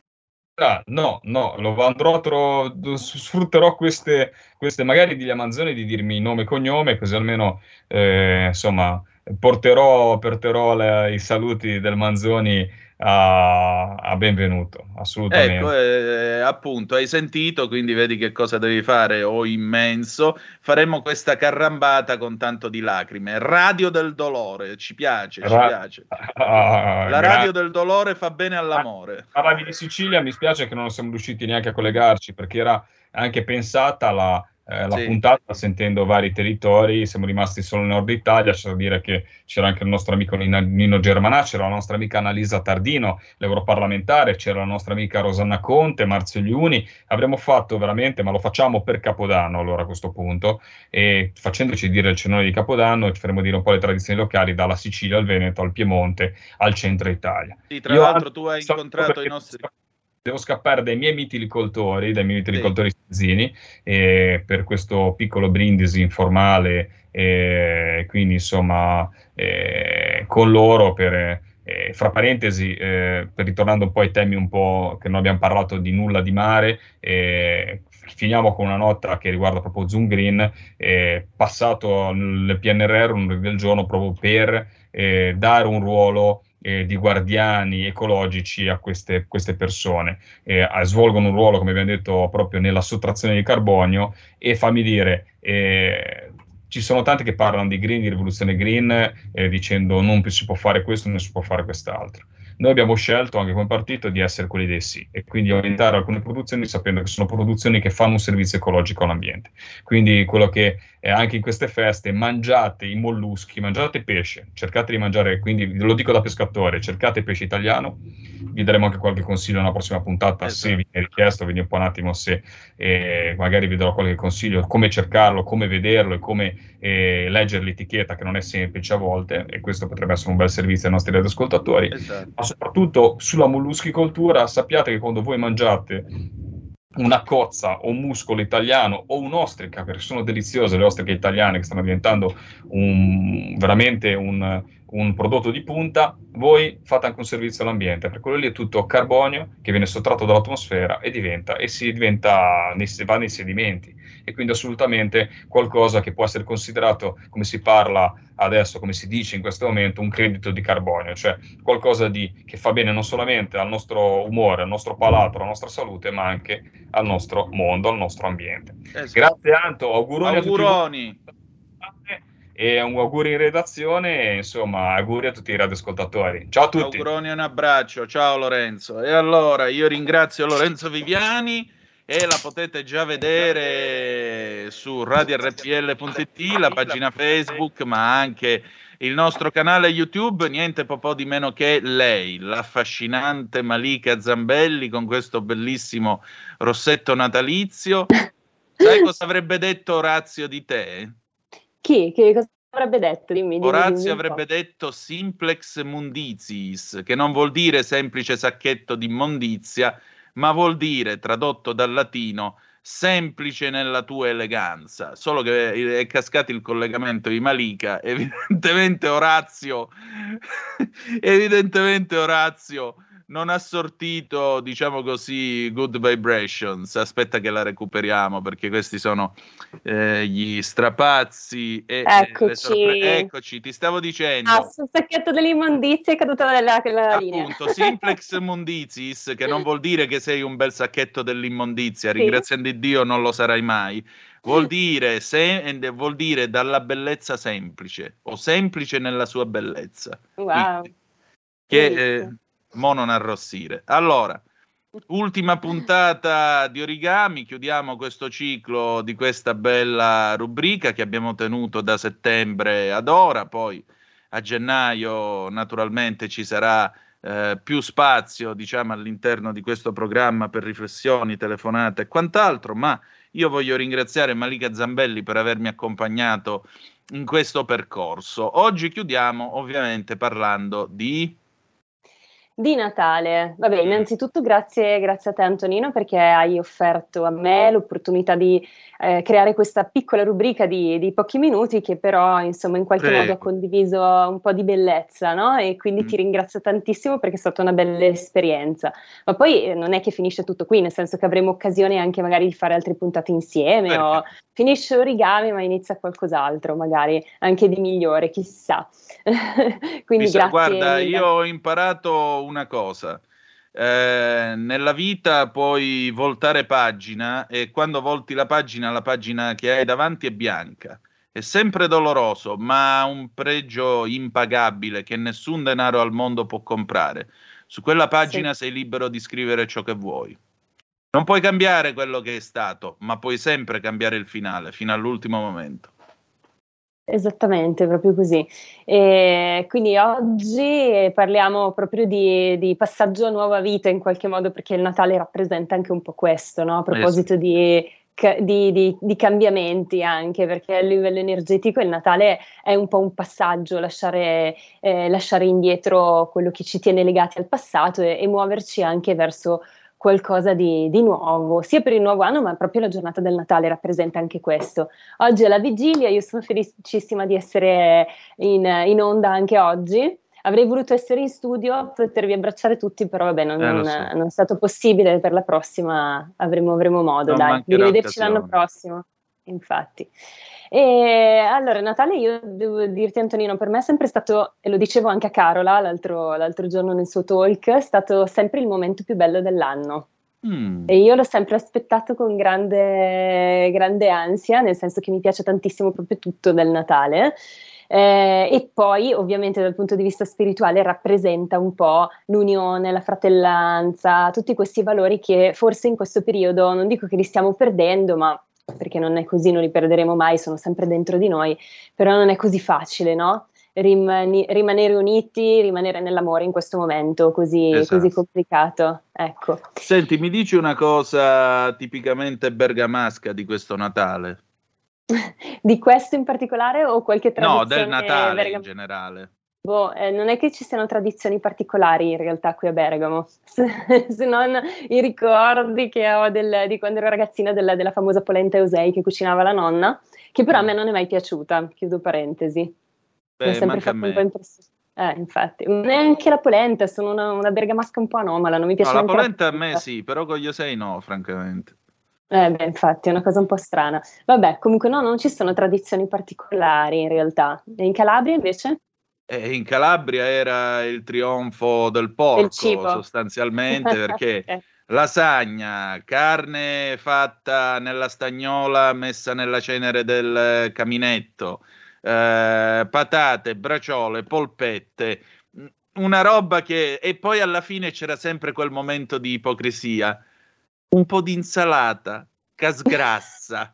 Ah, no, no, lo andrò a tro- sfrutterò queste, queste magari di Manzoni di dirmi nome e cognome, così almeno eh, insomma porterò, porterò le, i saluti del Manzoni a, a Benvenuto, assolutamente. Ecco, eh, appunto, hai sentito, quindi vedi che cosa devi fare, o immenso. Faremo questa carrambata con tanto di lacrime. Radio del dolore, ci piace, ci Ra- piace. Ah, La gra- radio del dolore fa bene all'amore. Parlavi di Sicilia, mi spiace che non siamo riusciti neanche a collegarci, perché era anche pensata la, eh, la Sì. puntata sentendo vari territori, siamo rimasti solo nel nord Italia, c'è da dire che c'era anche il nostro amico Nino, Nino Germanà, c'era la nostra amica Annalisa Tardino, l'europarlamentare, c'era la nostra amica Rosanna Conte, Marzio Liuni, avremmo fatto veramente, ma lo facciamo per Capodanno allora a questo punto, e facendoci dire il cenone di Capodanno ci faremo dire un po' le tradizioni locali dalla Sicilia al Veneto, al Piemonte, al centro Italia. Sì, tra Io l'altro anche- tu hai so- incontrato perché i nostri... Devo scappare dai miei mitilicoltori, dai miei mitilicoltori stanzini, eh, per questo piccolo brindisi informale, eh, quindi insomma eh, con loro per... Eh, fra parentesi, eh, per ritornando un po' ai temi un po' che non abbiamo parlato di nulla di mare, eh, finiamo con una nota che riguarda proprio Zoom Green, eh, passato nel P N R R un ordine del giorno proprio per eh, dare un ruolo eh, di guardiani ecologici a queste, queste persone. Eh, svolgono un ruolo, come abbiamo detto, proprio nella sottrazione di carbonio e fammi dire... Eh, ci sono tanti che parlano di green, di rivoluzione green, eh, dicendo non si può fare questo, non si può fare quest'altro. Noi abbiamo scelto anche come partito di essere quelli dei sì e quindi aumentare alcune produzioni sapendo che sono produzioni che fanno un servizio ecologico all'ambiente. Quindi quello che eh, anche in queste feste mangiate i molluschi, mangiate pesce, cercate di mangiare, quindi lo dico da pescatore, cercate pesce italiano, vi daremo anche qualche consiglio nella prossima puntata, esatto. Se vi è richiesto, vedi un po' un attimo se eh, magari vi darò qualche consiglio, come cercarlo, come vederlo e come eh, leggere l'etichetta che non è semplice a volte e questo potrebbe essere un bel servizio ai nostri radioascoltatori. Esatto. Ma soprattutto sulla molluschicoltura sappiate che quando voi mangiate una cozza o un muscolo italiano o un'ostrica, perché sono deliziose le ostriche italiane che stanno diventando un, veramente un, un prodotto di punta, voi fate anche un servizio all'ambiente, perché quello lì è tutto carbonio che viene sottratto dall'atmosfera e diventa e si diventa va nei sedimenti e quindi assolutamente qualcosa che può essere considerato, come si parla adesso, come si dice in questo momento, un credito di carbonio, cioè qualcosa di, che fa bene non solamente al nostro umore, al nostro palato, alla nostra salute, ma anche al nostro mondo, al nostro ambiente. Esatto. Grazie Anto, auguroni, auguroni. a tutti e un augurio in redazione e insomma auguri a tutti i radioascoltatori. Ciao a tutti. Auguroni e un abbraccio, ciao Lorenzo. E allora io ringrazio Lorenzo Viviani e la potete già vedere su radio R P L punto it, la pagina Facebook, ma anche il nostro canale YouTube, niente po' di meno che lei, l'affascinante Malika Zambelli con questo bellissimo rossetto natalizio. Sai cosa avrebbe detto Orazio di te? Chi? Che cosa avrebbe detto? Dimmi, dimmi, Orazio dimmi avrebbe detto simplex mundiziis, che non vuol dire semplice sacchetto di immondizia, ma vuol dire, tradotto dal latino, semplice nella tua eleganza. Solo che è cascato il collegamento di Malika, evidentemente Orazio evidentemente Orazio non ha sortito, diciamo così, good vibrations. Aspetta che la recuperiamo, perché questi sono eh, gli strapazzi e, Eccoci. e le sorpre- Eccoci, ti stavo dicendo. Ah, sul sacchetto dell'immondizia è caduta la, la linea. Appunto, simplex mundizis, che non vuol dire che sei un bel sacchetto dell'immondizia, Sì. ringraziando Dio non lo sarai mai. Vuol dire, se, vuol dire dalla bellezza semplice, o semplice nella sua bellezza. Wow. Che eh, mo non arrossire. Allora, ultima puntata di Origami, chiudiamo questo ciclo di questa bella rubrica che abbiamo tenuto da settembre ad ora, poi a gennaio naturalmente ci sarà eh, più spazio, diciamo, all'interno di questo programma per riflessioni, telefonate e quant'altro, ma io voglio ringraziare Malika Zambelli per avermi accompagnato in questo percorso. Oggi chiudiamo ovviamente parlando di... Di Natale. Vabbè, innanzitutto grazie, grazie a te Antonino, perché hai offerto a me l'opportunità di eh, creare questa piccola rubrica di, di pochi minuti che però insomma in qualche Prego. modo ha condiviso un po' di bellezza, no? E quindi Mm. ti ringrazio tantissimo perché è stata una bella esperienza. Ma poi eh, non è che finisce tutto qui, nel senso che avremo occasione anche magari di fare altre puntate insieme o finisce Origami ma inizia qualcos'altro, magari anche di migliore, chissà. Quindi Bisa- grazie Guarda, mille. io ho imparato una cosa. Eh, nella vita puoi voltare pagina e quando volti la pagina, la pagina che hai davanti è bianca. È sempre doloroso, ma ha un pregio impagabile che nessun denaro al mondo può comprare. Su quella pagina sei libero di scrivere ciò che vuoi. Non puoi cambiare quello che è stato, ma puoi sempre cambiare il finale, fino all'ultimo momento. Esattamente, proprio così. E quindi oggi parliamo proprio di, di passaggio a nuova vita in qualche modo, perché il Natale rappresenta anche un po' questo, no? A proposito di, ca- di, di, di cambiamenti anche, perché a livello energetico il Natale è un po' un passaggio, lasciare, eh, lasciare indietro quello che ci tiene legati al passato e, e muoverci anche verso qualcosa di, di nuovo, sia per il nuovo anno, ma proprio la giornata del Natale rappresenta anche questo. Oggi è la vigilia, io sono felicissima di essere in, in onda anche oggi. Avrei voluto essere in studio, potervi abbracciare tutti, però vabbè, non, Eh, lo non- so. non è stato possibile. Per la prossima avremo, avremo modo, Non dai, di mancherà rivederci l'anno occasione. prossimo. Infatti. E allora, Natale, io devo dirti, Antonino, per me è sempre stato, e lo dicevo anche a Carola l'altro, l'altro giorno nel suo talk, è stato sempre il momento più bello dell'anno. Mm. E io l'ho sempre aspettato con grande, grande ansia, nel senso che mi piace tantissimo proprio tutto del Natale. Eh, e poi, ovviamente, dal punto di vista spirituale, rappresenta un po' l'unione, la fratellanza, tutti questi valori che forse in questo periodo, non dico che li stiamo perdendo, ma perché non è così, non li perderemo mai, sono sempre dentro di noi, però non è così facile, no? Rimani- rimanere uniti, rimanere nell'amore in questo momento così, Esatto. così complicato, ecco. Senti, mi dici una cosa tipicamente bergamasca di questo Natale? Di questo in particolare o qualche tradizione? No, del Natale bergam- in generale. Boh, eh, non è che ci siano tradizioni particolari in realtà qui a Bergamo, se, se non i ricordi che ho del- di quando ero ragazzina della, della famosa polenta Eusei che cucinava la nonna, che però a me non è mai piaciuta, chiudo parentesi. Mi ha Beh, sempre manca a fatto un me. po' impressione. Eh, infatti, neanche la polenta, sono una, una bergamasca un po' anomala, non mi No, piace la neanche polenta a me sì, però con gli osei no, francamente. Eh beh, infatti, è una cosa un po' strana. Vabbè, comunque no, non ci sono tradizioni particolari in realtà. E in Calabria invece? E in Calabria era il trionfo del Del porco, cibo. sostanzialmente, perché Ok. lasagna, carne fatta nella stagnola messa nella cenere del caminetto, eh, patate, braciole, polpette, mh, una roba che... E poi alla fine c'era sempre quel momento di ipocrisia. Un po' di insalata, casgrassa.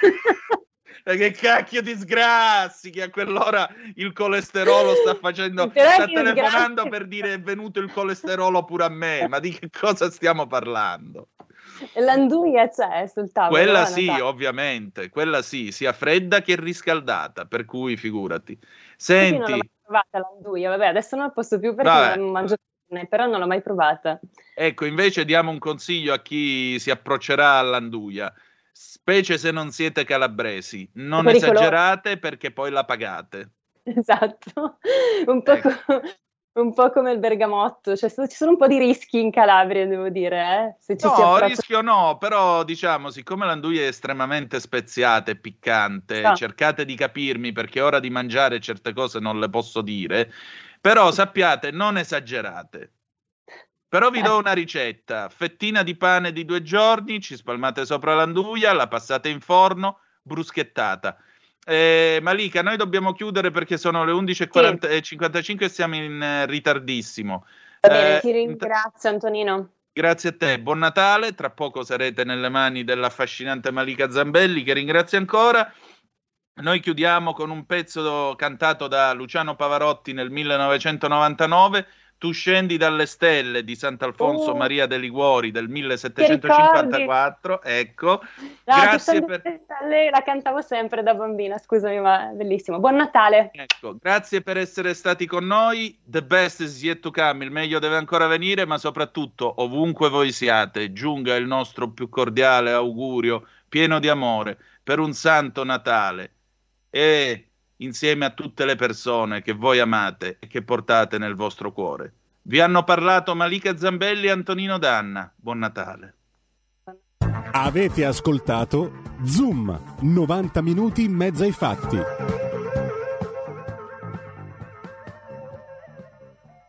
E che cacchio di sgrassi, che a quell'ora il colesterolo sta facendo, Però sta che telefonando sgrassi. per dire è venuto il colesterolo pure a me, ma di che cosa stiamo parlando? L'anduia c'è sul tavolo. Quella a sì, Natale. ovviamente, quella sì, sia fredda che riscaldata, per cui figurati. Sai che io non l'ho Senti, mai provata l'anduia, vabbè, adesso non la posso più perché vabbè, non mangio carne, però non l'ho mai provata. ecco, invece diamo un consiglio a chi si approccerà all'anduia, specie se non siete calabresi, non Pericoloso. esagerate perché poi la pagate. Esatto, un po', Ecco. co- un po' come il bergamotto, cioè so- ci sono un po' di rischi in Calabria, devo dire, eh, se ci si No, approccia. rischio no, però diciamo, siccome l'anduia è estremamente speziata e piccante, Ah. cercate di capirmi perché ora di mangiare certe cose non le posso dire, però sappiate, non esagerate. Però vi do una ricetta, fettina di pane di due giorni, ci spalmate sopra l'anduia, la passate in forno, bruschettata. Eh, Malika, noi dobbiamo chiudere perché sono le undici e cinquantacinque e siamo in eh, ritardissimo. Va bene, Eh, ti ringrazio Antonino. Grazie a te, buon Natale, tra poco sarete nelle mani dell'affascinante Malika Zambelli che ringrazio ancora. Noi chiudiamo con un pezzo cantato da Luciano Pavarotti nel millenovecentonovantanove, Tu scendi dalle stelle di Sant'Alfonso Oh. Maria de Liguori del millesettecentocinquantaquattro, ecco. No, Grazie che per... lei la cantavo sempre da bambina, scusami, ma è bellissimo. Buon Natale. Ecco, grazie per essere stati con noi. The best is yet to come, il meglio deve ancora venire, ma soprattutto, ovunque voi siate, giunga il nostro più cordiale augurio, pieno di amore, per un santo Natale e insieme a tutte le persone che voi amate e che portate nel vostro cuore. Vi hanno parlato Malika Zambelli e Antonino Danna. Buon Natale. Avete ascoltato Zoom, novanta minuti in mezzo ai fatti.